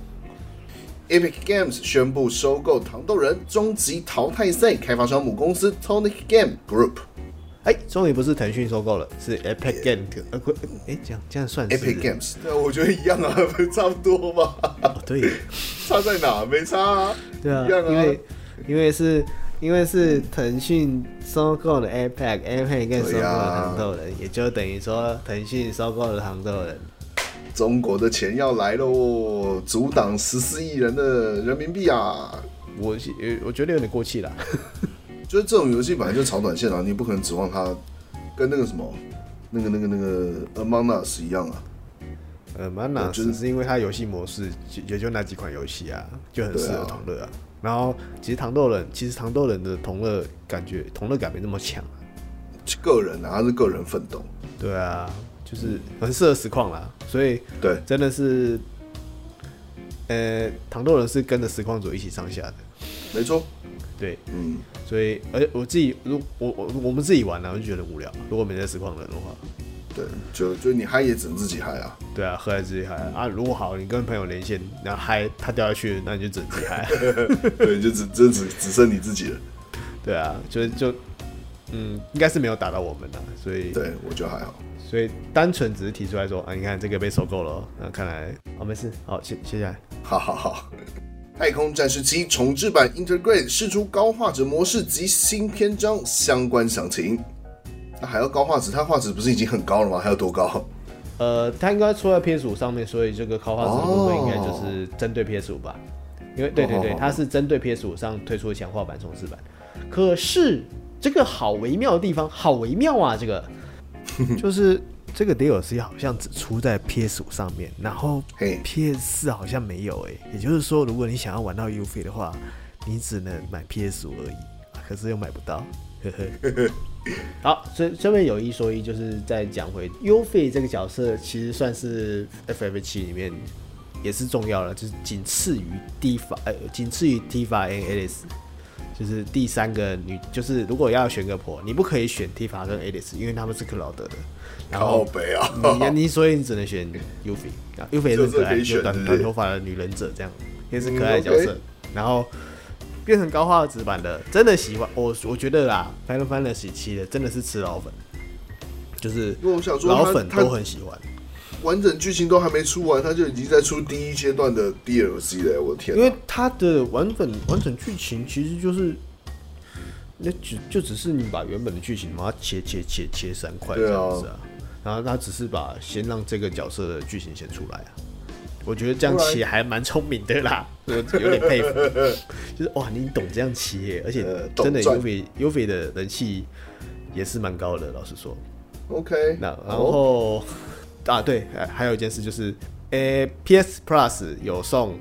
Epic Games 宣布收购《糖豆人》终极淘汰赛开发商母公司 Tonic Game Group。 哎，终于不是腾讯收购了，是 Epic Games。呃，哎，这样这样算是 Epic Games。对啊，我觉得一样啊，不是差不多吗？ 哦，对， 差在哪？没差啊。 对啊， 一样啊。 因为因为是因为是腾讯收购了 Epic，Epic 更收购了糖豆人，也就等于说腾讯收购了糖豆人。 中国的钱要来喽，阻挡十四亿人的人民币啊！ 我我觉得有点过气了。 就是这种游戏本来就炒短线啊，你不可能指望它跟那个什么、那个、那个、那个 Among Us 一样啊。 呃 ，Among Us 是因为它游戏模式也就那几款游戏啊，就很适合同乐啊。然后其实糖豆人，其实糖豆人的同乐感觉同乐感没那么强、啊。 个人啊，他是个人奋斗。 对啊，就是很适合实况啦，所以对， 真的是，呃，糖豆人是跟着实况组一起上下的。 没错。 对， 嗯， 所以而且我自己，如我我我们自己玩呢、啊，我就觉得无聊。如果没在实况人的话， 对，就就你嗨也只能自己嗨啊。 对啊，喝来自己嗨啊。如果好，你跟朋友连线，然后嗨他掉下去，那你就只能自己嗨。 对，就只就只只剩你自己了。 对啊，就就嗯，应该是没有打到我们的，所以对我觉得还好。 所以单纯只是提出来说啊，你看这个被收购了，那看来哦没事，好，接接下来， 好好好。太空战士七重置版 Integrate 释出高画质模式及新篇章相关详情。那还要高画质？它画质不是已经很高了吗？还要多高？ 呃，它应该出在 P S 五 上面，所以这个高画质的部分应该就是针对 P S 五 吧？因为对对对，它是针对 P S 五 上推出的强化版重置版。可是这个好微妙的地方，好微妙啊！这个就是这个 D L C 好像只出在 P S 五 上面，然后 P S 四 好像没有哎、欸。也就是说，如果你想要玩到 U F I 的话，你只能买 P S 五 而已，可是又买不到。呵呵。好，所以这边有一说一，就是在讲回 U F I 这个角色，其实算是 F F 七 里面也是重要的，就是仅次于 Tifa， 呃，仅次于 Tifa and Alice。就是第三个女，就是如果要选个婆，你不可以选 Tifa 跟 Alice， 因为他们是克劳德的。然后北啊， 你你所以你只能选 Yuffie，Yuffie 也是可爱，就短短头发的女忍者这样，也是可爱的角色。嗯 okay、然后变成高画质版的，真的喜欢我，我觉得啦 ，Final Fantasy 七的真的是吃老粉，就是老粉都很喜欢。 完整剧情都还没出完，他就已经在出第一阶段的 D L C 了，我的天、啊！ 因为它的完整完整剧情其实就是，那就就只是你把原本的剧情把它切切切切三块这样子啊，然后他只是把先让这个角色的剧情先出来啊，我觉得这样切还蛮聪明的啦，我有点佩服，就是哇，你懂这样切，而且真的 Yuffie Yuffie 的人气也是蛮高的，老实说。 OK， 那然后。啊，对，还有一件事就是，诶、欸、，P S Plus 有送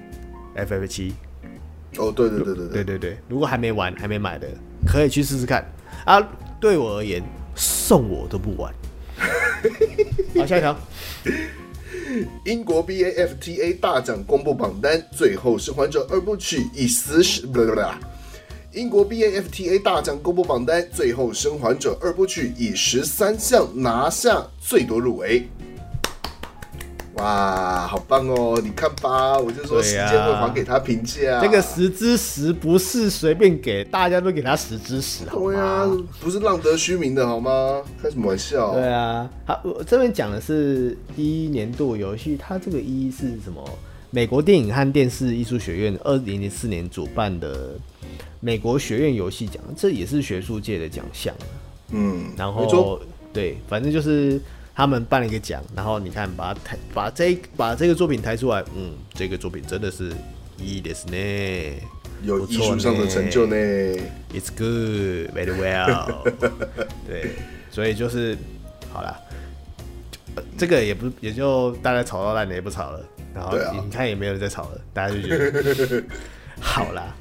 F F 七。 哦，对对对对对对对对，如果还没玩、还没买的，可以去试试看啊。对我而言，送我都不玩。好，下一条。 英国 B A F T A 大奖公布榜单，最后生还者二部曲以死史，不不不。英国 B A F T A 大奖公布榜单，最后生还者二部曲以十三项拿下最多入围。哇，好棒哦！你看吧，我就说时间会还给他评价、啊。 这个十之十不是随便给，大家都给他十之十，好吗？ 对啊，不是浪得虚名的好吗？开什么玩笑？ 对啊，好，我这边讲的是一年度游戏，它这个一是什么？美国电影和电视艺术学院二零零四年主办的美国学院游戏奖，这也是学术界的奖项。嗯，然后对，反正就是他们办了一个奖，然后你看把它抬，把这把这个作品抬出来，嗯，这个作品真的是いいですね， 有艺术上的成就呢。 It's good, very well 。对，所以就是好啦，这个也不也就大家吵到烂了，也不吵了。然后你看也没有人在吵了，大家就觉得好啦。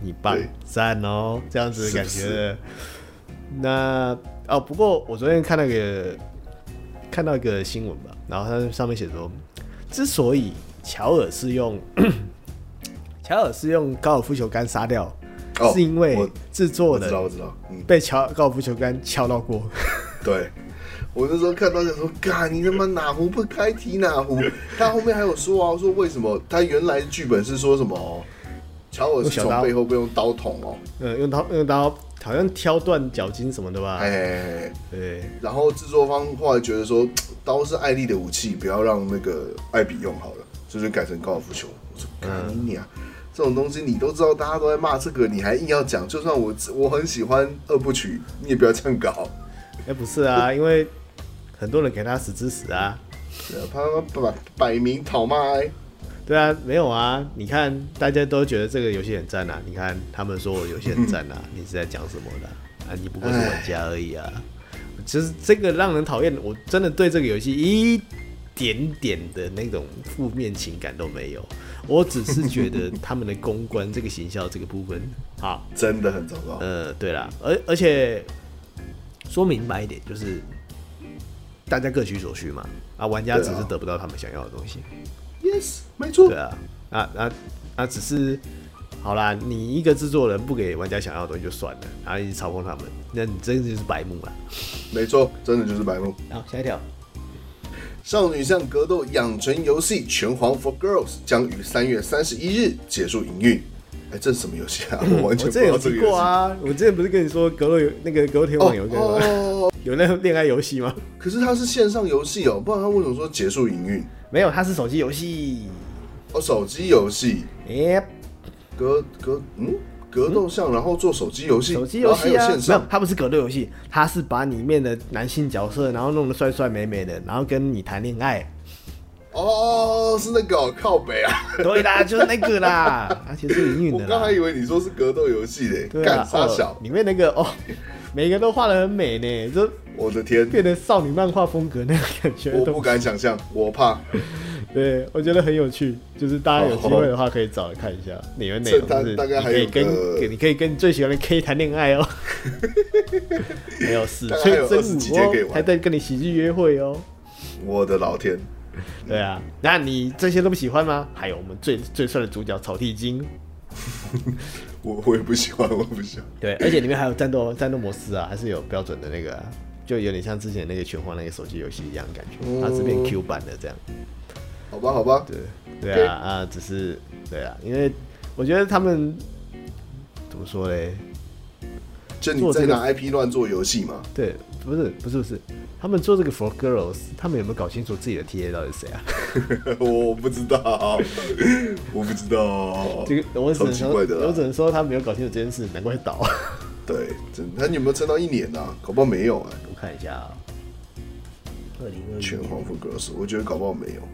你棒赞哦，这样子的感觉的。那哦，不过我昨天看那个看到一个新闻吧，然后它上面写说，之所以乔尔是用乔尔是用高尔夫球杆杀掉， 哦、 是因为制作人我知道，嗯、 被乔高尔夫球杆敲到过。 对，我那时候看到想说，嘎，你他妈哪壶不开提哪壶。他后面还有说啊，说为什么他原来剧本是说什么，乔尔是从背后被用刀捅哦， 嗯，用刀用刀。好像挑断脚筋什么的吧？ 哎， 对。 然后制作方后来觉得说，刀是艾丽的武器，不要让那个艾比用好了，就是改成高尔夫球。我说，干你娘！这种东西你都知道，大家都在骂这个，你还硬要讲？就算我我很喜欢二部曲，你也不要这样搞。 哎、欸，不是啊，因为很多人给他死之死啊。 对啊，他摆摆明讨骂哎。 对啊，没有啊！你看，大家都觉得这个游戏很赞啊。你看他们说我游戏很赞啊，你是在讲什么的啊？你不过是玩家而已啊。就是这个让人讨厌，我真的对这个游戏一点点的那种负面情感都没有。我只是觉得他们的公关这个行销这个部分，好， 真的很糟糕。 呃，对啦，而而且说明白一点，就是大家各取所需嘛。啊，玩家只是得不到他们想要的东西。 Yes， 没错。 对啊，啊啊啊！只是好啦，你一个制作人不给玩家想要的东西就算了，然后一直嘲讽他们，那你真的就是白目啦。 没错，真的就是白目。 好，下一条。 少女向格斗养成游戏《拳皇 for Girls》将于三月三十一日结束营运。哎，这是什么游戏啊？我完全不知道这个游戏。我之前有提过啊，我之前不是跟你说格斗有那个格斗天王有个吗？哦、有那个恋爱游戏吗？ 可是它是线上游戏哦，不然它为什么说结束营运？ 没有，它是手机游戏。 哦，手机游戏。 Yep。 格格嗯，格斗像，然后做手机游戏。 手机游戏啊， 没有， 它不是格斗游戏，它是把里面的男性角色，然后弄得帅帅美美的，然后跟你谈恋爱。 哦，是那个、哦、靠北啊。 对啦，就是那个啦，而且是营运的啦。 我刚还以为你说是格斗游戏嘞，干、啊、傻小、 哦。里面那个哦，每个都画得很美呢，就我的天， 变得少女漫画风格那个感觉。 我不敢想象，我怕。 对，我觉得很有趣，就是大家有机会的话可以找来看一下。里面内容是大概还有你可以跟你可以跟你最喜欢的 K 谈恋爱哦。没有死吹真舞哦，还在跟你喜剧约会哦。 我的老天！ 对啊，那你这些都不喜欢吗？还有我们最最帅的主角草剃精， 我我也不喜欢，我不喜欢。 对，而且里面还有战斗战斗模式啊，还是有标准的那个、啊，就有点像之前那个拳皇那个手机游戏一样的感觉，它是变 Q 版的这样。 好吧，好吧。 对对啊啊，只是对啊，因为我觉得他们怎么说嘞？ 就你在拿 I P 乱做游戏嘛？ 对，不是不是不是，他们做这个 For Girls， 他们有没有搞清楚自己的 T A 到底是谁啊？ 我不知道，我不知道。 这个我只能说， 我只能说他没有搞清楚这件事，难怪会倒。 对，真他有没有撑到一年啊？搞不好没有哎、欸。 我看一下啊、喔，二零二一拳皇 For Girls， 我觉得搞不好没有，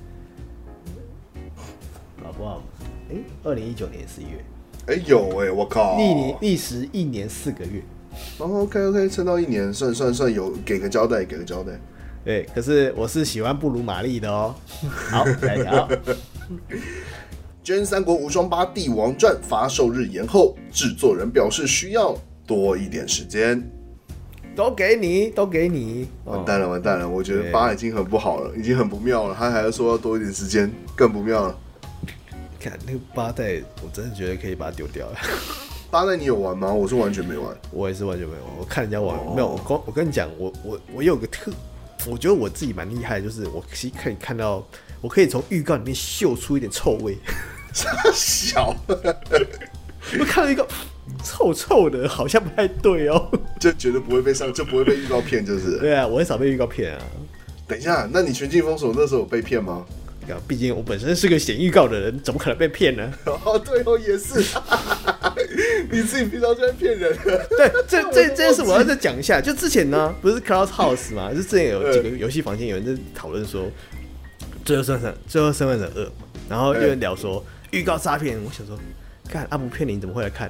搞不好，哎、欸，二零一九年四月。 哎、欸、有哎、欸，我靠！ 历年历时一年四个月。 哦 ，OK OK， 撑到一年，算算算有给个交代，给个交代。 对，可是我是喜欢布鲁玛丽的哦。好，下一条。《 真三国无双八帝王传》发售日延后，制作人表示需要多一点时间。 都给你，都给你。 完蛋了，完蛋了！我觉得八已经很不好了，已经很不妙了，他还要说要多一点时间，更不妙了。 看那个八代，我真的觉得可以把它丢掉了。 八代你有玩吗？我是完全没玩。 我也是完全没有玩。我看人家玩，哦、没有。我光我跟你讲，我我我有个特，我觉得我自己蛮厉害的，就是我可以看到，我可以从预告里面嗅出一点臭味。 小， 我看到一个臭臭的，好像不太对哦。 就绝对不会被上，就不会被预告骗，就是。 对啊，我很少被预告骗啊。 等一下，那你全境封锁那时候有被骗吗？ 毕竟我本身是个写预告的人，怎么可能被骗呢？ 哦，对哦，也是。你自己平常就在骗人。 对，这这这件事我要再讲一下。就之前呢，不是 Cloud House 嘛，就之前有几个游戏房间有人在讨论说《最后生还最后生还者二》，然后有人聊说预告诈骗。我想说， 干啊不骗你，你怎么会来看？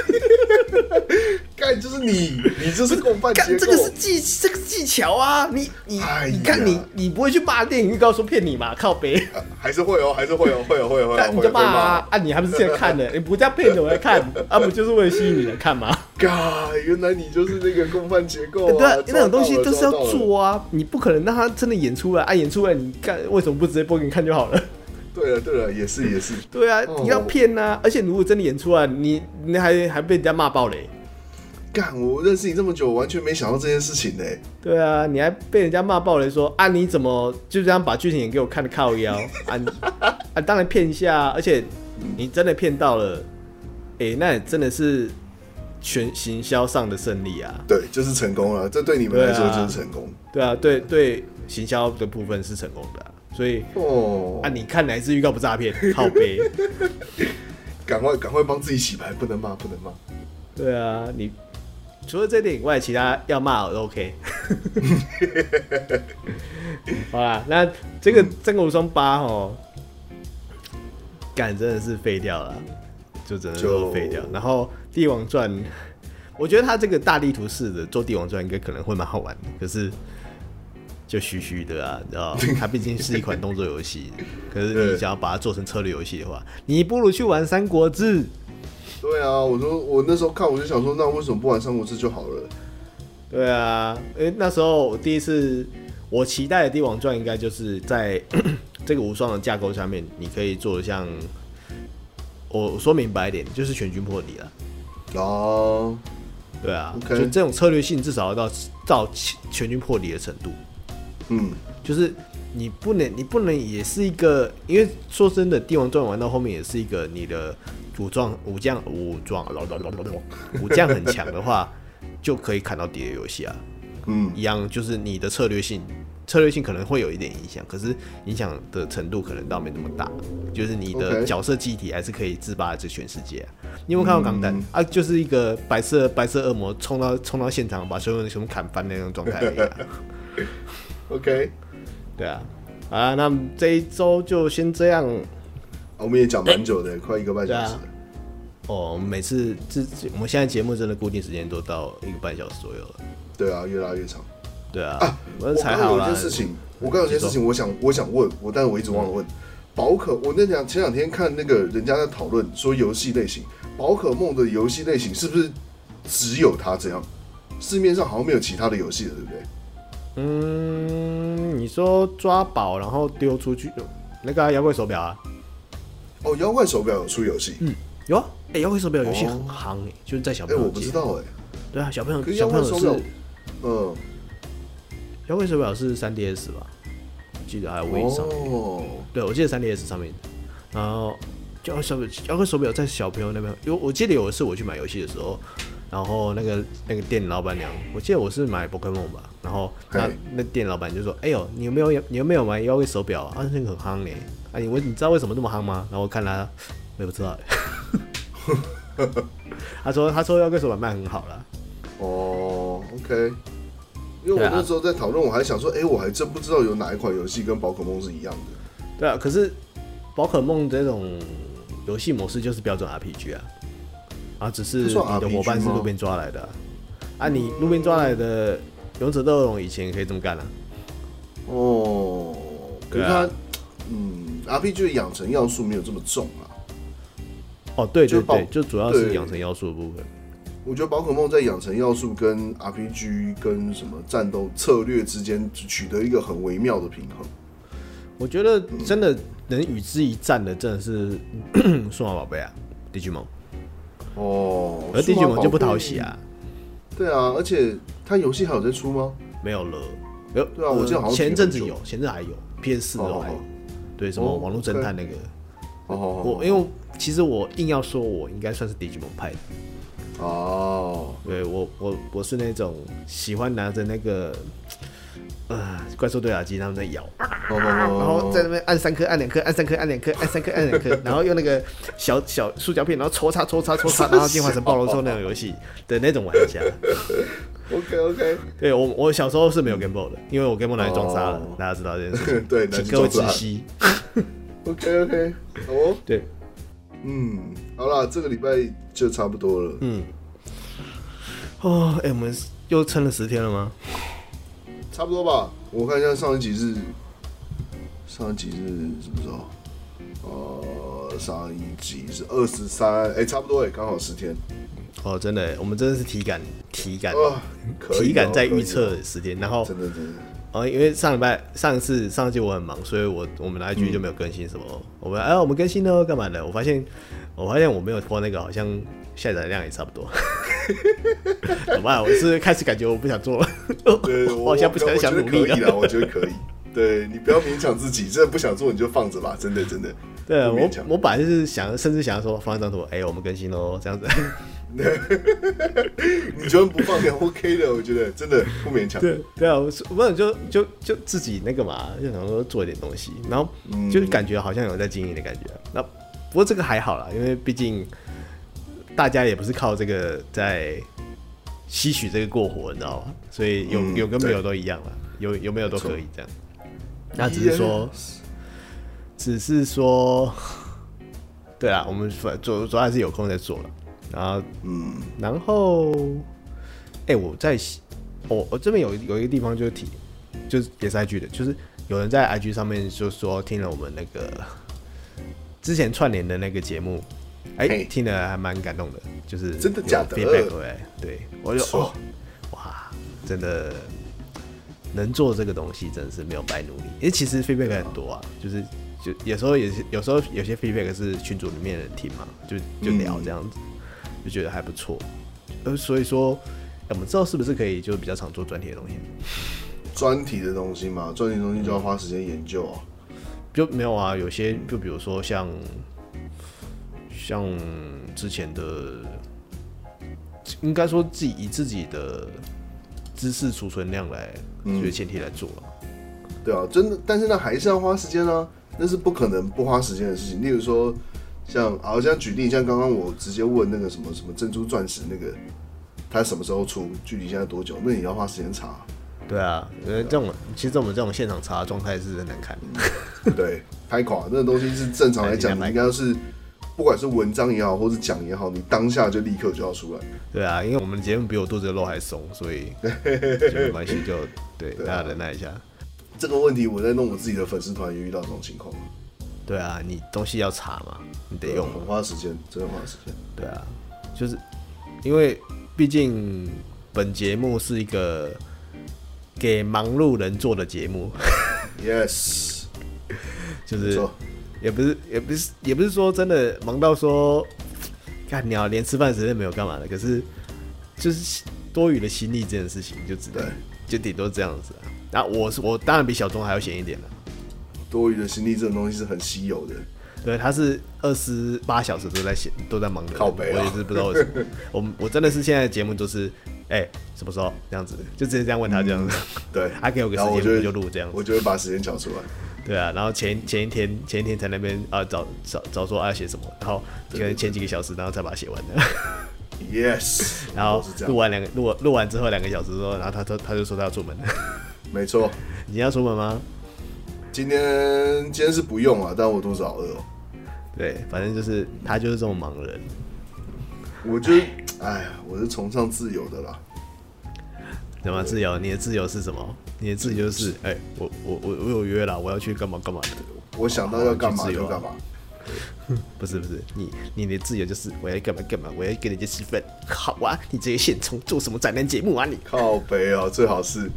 干就是你，你就是共犯结构。 这个是技，这个技巧啊！你你、 哎、 你看你你不会去骂电影预告说骗你嘛？靠北、 啊，还是会哦，还是会哦，会有会有会有。 你就骂啊！啊，你还不是现在看的？你不这样骗着我来看，啊，不就是为了吸引你来看吗？ 嘎，原来你就是那个共犯结构、啊。 对啊，那种东西都是要做啊，你不可能让他真的演出来啊！演出来你干为什么不直接播给你看就好了？ 对了对了，也是也是。 对啊， 哦、 你要骗呐、啊！而且如果真的演出来，你你还还被人家骂爆嘞。 干，我认识你这么久，我完全没想到这件事情呢、欸。 对啊，你还被人家骂爆了，说啊你怎么就这样把剧情演给我看的靠腰啊啊！当然骗一下，而且你真的骗到了，哎、欸，那也真的是全行销上的胜利啊！ 对，就是成功了，这对你们来说就是成功。 对啊，对对，行销的部分是成功的、啊，所以哦啊，你看哪一支预告不诈骗？靠北， 赶快赶快帮自己洗牌，不能骂不能骂。 对啊，你。除了这点以外，其他要骂我都 OK。好啦，那这个《真国无双八》哦，干真的是废掉了，就真的都废掉。然后《帝王传》，我觉得他这个大地图式的做《帝王传》应该可能会蛮好玩的，可是就虚虚的啊，你知道，它毕竟是一款动作游戏，可是你想要把它做成策略游戏的话，你不如去玩《三国志》。 对啊，我说我那时候看我就想说，那为什么不玩三国志就好了？ 对啊，因为那时候我第一次我期待的帝王传应该就是在这个无双的架构下面，你可以做的像我说明白一点，就是全军破敌了。 哦， 对啊， okay. 就这种策略性至少要到到全军破敌的程度。 嗯， 就是你不能你不能也是一个，因为说真的，帝王传玩到后面也是一个你的。武装武将武装武将很强的话，就可以砍到敌的游戏啊。嗯，一样就是你的策略性，策略性可能会有一点影响，可是影响的程度可能倒没那么大。就是你的角色机体还是可以制霸这全世界啊。你有没有看到港单、嗯、啊？就是一个白色白色恶魔冲到冲到现场，把所有人全部砍翻的那种状态而已、啊。 OK， 对啊，好啦，那这一周就先这样。 我们也讲蛮久的，快一个半小时了。 哦，每次这我们现在节目真的固定时间都到一个半小时左右了。 对啊，越拉越长。 对啊， 啊我才好啦。 我刚有一件事情，我刚有一件事情，我想我想问，我但是我一直忘了问。宝可，我那两前两天看那个人家在讨论说游戏类型，宝可梦的游戏类型是不是只有它这样？市面上好像没有其他的游戏了，对不对？ 嗯，你说抓宝然后丢出去，那个妖怪手表啊。 哦，妖怪手表有出游戏， 嗯，有啊，哎、欸，妖怪手表游戏很夯哎、欸，就是在小朋友， 哎、欸，我不知道哎、欸， 对啊，小朋友， 可是小朋友是， 嗯， 妖怪手表是 三 D S 吧，我记得还有 Wii 上面，哦，对，我记得 三 D S 上面，然后妖怪手表，妖怪手表在小朋友那边，因为我记得有一次我去买游戏的时候，然后那个那个店老板娘，我记得我是买宝可梦吧，然后那那店老板就说，哎呦，你有没有你有没有买妖怪手表啊？啊，那个很夯哎。啊、你, 你知道为什么那么夯吗？然后我看他，我也不知道。他说他说妖怪手表卖很好啦。 哦 ，OK。因为我那时候在讨论，我还想说，哎、欸，我还真不知道有哪一款游戏跟宝可梦是一样的。 对啊，可是宝可梦这种游戏模式就是标准 R P G 啊，啊，只是你的伙伴是路边抓来的啊，啊你路边抓来的勇者斗龙以前也可以这么干啊。 哦，可是它，啊、嗯。R P G 的养成要素没有这么重啊。 哦，对对对，就主要是养成要素的部分。 我觉得宝可梦在养成要素跟 R P G 跟什么战斗策略之间取得一个很微妙的平衡。 我觉得真的能与之一战的，真的是数码宝贝啊 ，Digimon。 哦， 而 Digimon 就不讨喜啊。 对啊，而且它游戏还有在出吗？ 没有了。有对啊，我记得好像前阵子有，前阵还有 P S 四都还有。对，什么网络侦探那个， 哦、oh, okay. 我因为其实我硬要说，我应该算是 Digimon 派的。 哦， oh. 对我我我是那种喜欢拿着那个呃怪兽对讲机他们在摇， oh. 然后在那边按三颗按两颗按三颗按两颗按三颗按两颗，然后用那个小小塑胶片，然后戳插戳插戳插，然后进化成暴龙兽那种游戏的那种玩家。 OK OK， 对我我小时候是没有 Game Boy 的，因为我 Game Boy 拿来装沙了， oh. 大家知道这件事情。 对， 请各位知悉。 OK OK， 哦， 对。 嗯，好啦，这个礼拜就差不多了。 嗯，哦，哎、欸，我们又撑了十天了吗？ 差不多吧。我看一下上一集是上一集是什么时候？呃，上一集是二十三，哎，差不多哎，刚好十天。 哦，真的，我们真的是体感体感、 哦可以哦、 体感在预测十天，然后真的真的。 哦，因为上礼拜上一次上一季我很忙，所以我我们的 I G 就没有更新什么。嗯、我们哎，我们更新了干嘛的？我发现我发现我没有播那个，好像下载量也差不多。怎么办？我是开始感觉我不想做了。 对， 我好像不想想努力了。 我觉得可以，对你不要勉强自己，真的不想做你就放着吧，真的真的。 对啊，我我本来就是想，甚至想要说放一张图，哎、欸，我们更新喽，这样子。 你觉得不放也 OK 的，我觉得真的不勉强。 对对啊，我不然就就就自己那个嘛，就想说做一点东西，然后就感觉好像有在经营的感觉。那不过这个还好啦，因为毕竟大家也不是靠这个在吸取这个过活，你知道吗？所以有、嗯、有跟没有都一样了，有有没有都可以这样。那只是说， yes. 只是说，对啊，我们主主要还是有空在做了。然后，嗯，然后，哎、欸，我在，我我这边有有一个地方就是提，就是也是 I G 的，就是有人在 I G 上面就说听了我们那个之前串联的那个节目，哎、欸，听了还蛮感动的，就是真的假的 feedback 回来，对我就哦，哇，真的能做这个东西真的是没有白努力，因为其实 feedback 很多啊，就是就有时候也是有时候有些 feedback 是群组里面的人听嘛，就就聊这样子。嗯，就觉得还不错，呃，所以说，欸、我们之后是不是可以就比较常做专题的东西？ 专题的东西嘛，专题的东西就要花时间研究啊。 就没有啊，有些就比如说像像之前的，应该说自己以自己的知识储存量来作为前提来做、啊嗯。对啊，真的，但是那还是要花时间啊，那是不可能不花时间的事情。例如说。像好像举例，像刚刚我直接问那个什么什么珍珠钻石那个，它什么时候出？距离现在多久？那你要花时间查。 对啊，因为这种其实我们这种现场查的状态是很难看的。 嗯、对，拍垮那个东西是正常来讲，你应该是不管是文章也好，或是讲也好，你当下就立刻就要出来。 对啊，因为我们节目比我肚子的肉还松，所以就没关系，就 对, 对、啊、大家忍耐一下。 这个问题我在弄我自己的粉丝团也遇到这种情况。 对啊，你东西要查嘛，你得用， 很花时间，真的花时间。 对啊，就是因为毕竟本节目是一个给忙碌人做的节目。 Yes， 就是也不是也不是也不是说真的忙到说，干你啊，连吃饭时间没有干嘛的，可是就是多余的心力这件事情就只能就顶多这样子啊。那我是我当然比小钟还要闲一点了。 多余的心力这种东西是很稀有的， 对，他是二十八小时都在写，都在忙的。 靠北啊， 我也是不知道为什么。我我真的是现在的节目都是，哎、欸，什么时候这样子，就直接这样问他这样子。嗯、 对， 他给我个时间我就录这样子。 我就会把时间讲出来。 对啊，然后前前一天前一天在那边啊找找找说要写什么，然后可能前几个小时，然后才把它写完的。 Yes， 然后录完两个录录完之后两个小时之后，然后他他他就说他要出门了。 没错， 你今天要出门吗？ 今天今天是不用啊，但我肚子好饿哦。 对，反正就是他就是这种忙人。 我觉得，哎呀，我是崇尚自由的啦。 什么自由？你的自由是什么？你的自由就是，哎、欸，我我我我有约啦，我要去干嘛干嘛的。 我想到要干嘛就干嘛。 不是不是，你你的自由就是我要干嘛干嘛，我要跟人家吃饭。好啊，你这个现充做什么展览节目啊你？ 靠北哦，最好是。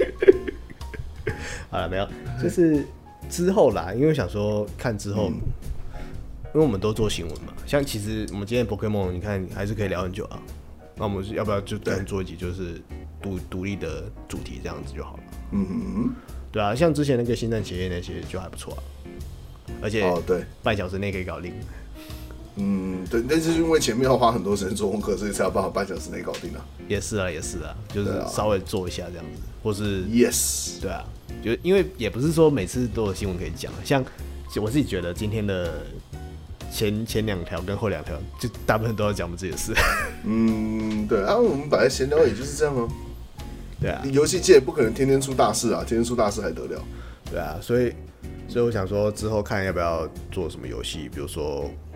好了，没有，就是之后啦，因为想说看之后，嗯、因为我们都做新闻嘛，像其实我们今天 Pokémon 你看还是可以聊很久啊，那我们要不要就单做一集就是独独立的主题这样子就好了？嗯哼，对啊，像之前那个星战协议那些就还不错啊，而且哦对，半小时内可以搞定。 嗯，对，但是因为前面要花很多时间做功课，所以才有办法半小时内搞定啊。 也是啊，也是啊，就是稍微做一下这样子，或是 yes， 对啊，就因为也不是说每次都有新闻可以讲，像我自己觉得今天的前前两条跟后两条，就大部分都要讲我们自己的事。 嗯，对啊，我们本来闲聊也就是这样哦、啊。 对啊， 游戏界不可能天天出大事啊，天天出大事还得了？ 对啊，所以所以我想说之后看要不要做什么游戏，比如说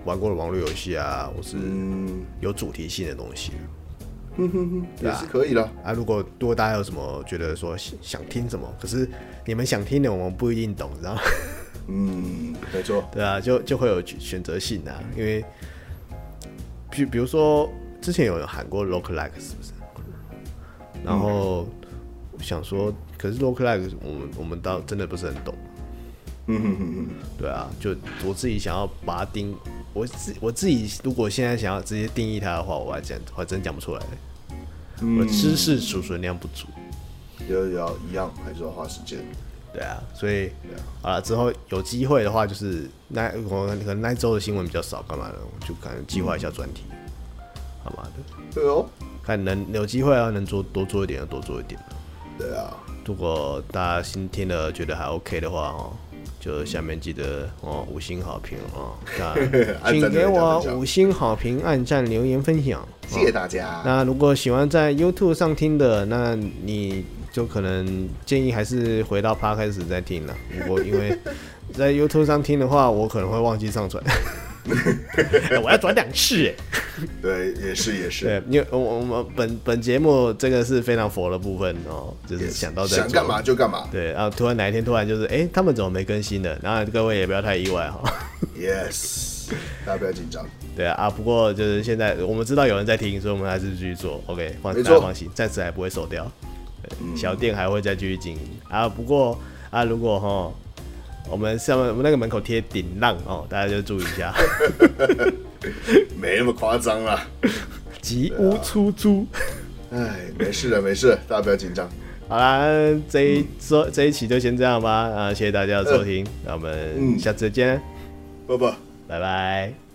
玩过的网络游戏啊，或是嗯有主题性的东西。 哼哼哼，也是可以啦。 啊，如果如果大家有什么觉得说想想听什么，可是你们想听的我们不一定懂，你知道吗？ 嗯，没错。 对啊，就就会有选择性啊，因为比比如说之前有喊过 roguelike 是不是？然后想说，可是 roguelike 我们我们倒真的不是很懂。 嗯哼哼哼， 对啊，就我自己想要把它定，我自我自己如果现在想要直接定义它的话，我还讲我还真讲不出来。我的知识储存量不足。 要要一样，还是要花时间。 对啊，所以好了之后有机会的话，就是那我可能那一周的新闻比较少，干嘛的，就可能计划一下专题，好嘛的。 对哦， 看能有机会啊，能做多做一点就多做一点。 对啊， 如果大家新听了觉得还 OK 的话哦，就下面记得哦五星好评哦，那请给我五星好评、按赞、留言、分享， 谢谢大家。 那如果喜欢在 YouTube 上听的，那你就可能建议还是回到 Podcast 再听了。如果因为在 YouTube 上听的话，我可能会忘记上传。欸、我要转两次哎。 对，也是也是。 对，因为我我们本本节目这个是非常佛的部分哦，就是想到在想干嘛就干嘛。 对，然后突然哪一天突然就是，哎、欸，他们怎么没更新了？然后各位也不要太意外哈。 Yes， 大家不要紧张。 对啊啊，不过就是现在我们知道有人在听，所以我们还是继续做。OK， 放大家放心，暂时还不会收掉。嗯、小店还会再继续经营啊。不过啊，如果哈。我们上面我们那个门口贴顶浪哦，大家就注意一下， 没那么夸张啦， 吉屋出租。 哎，没事的，没事，大家不要紧张。 好啦，这一周、嗯、这一期就先这样吧啊，谢谢大家的收听，那、嗯、我们下次见， 拜拜， 拜拜。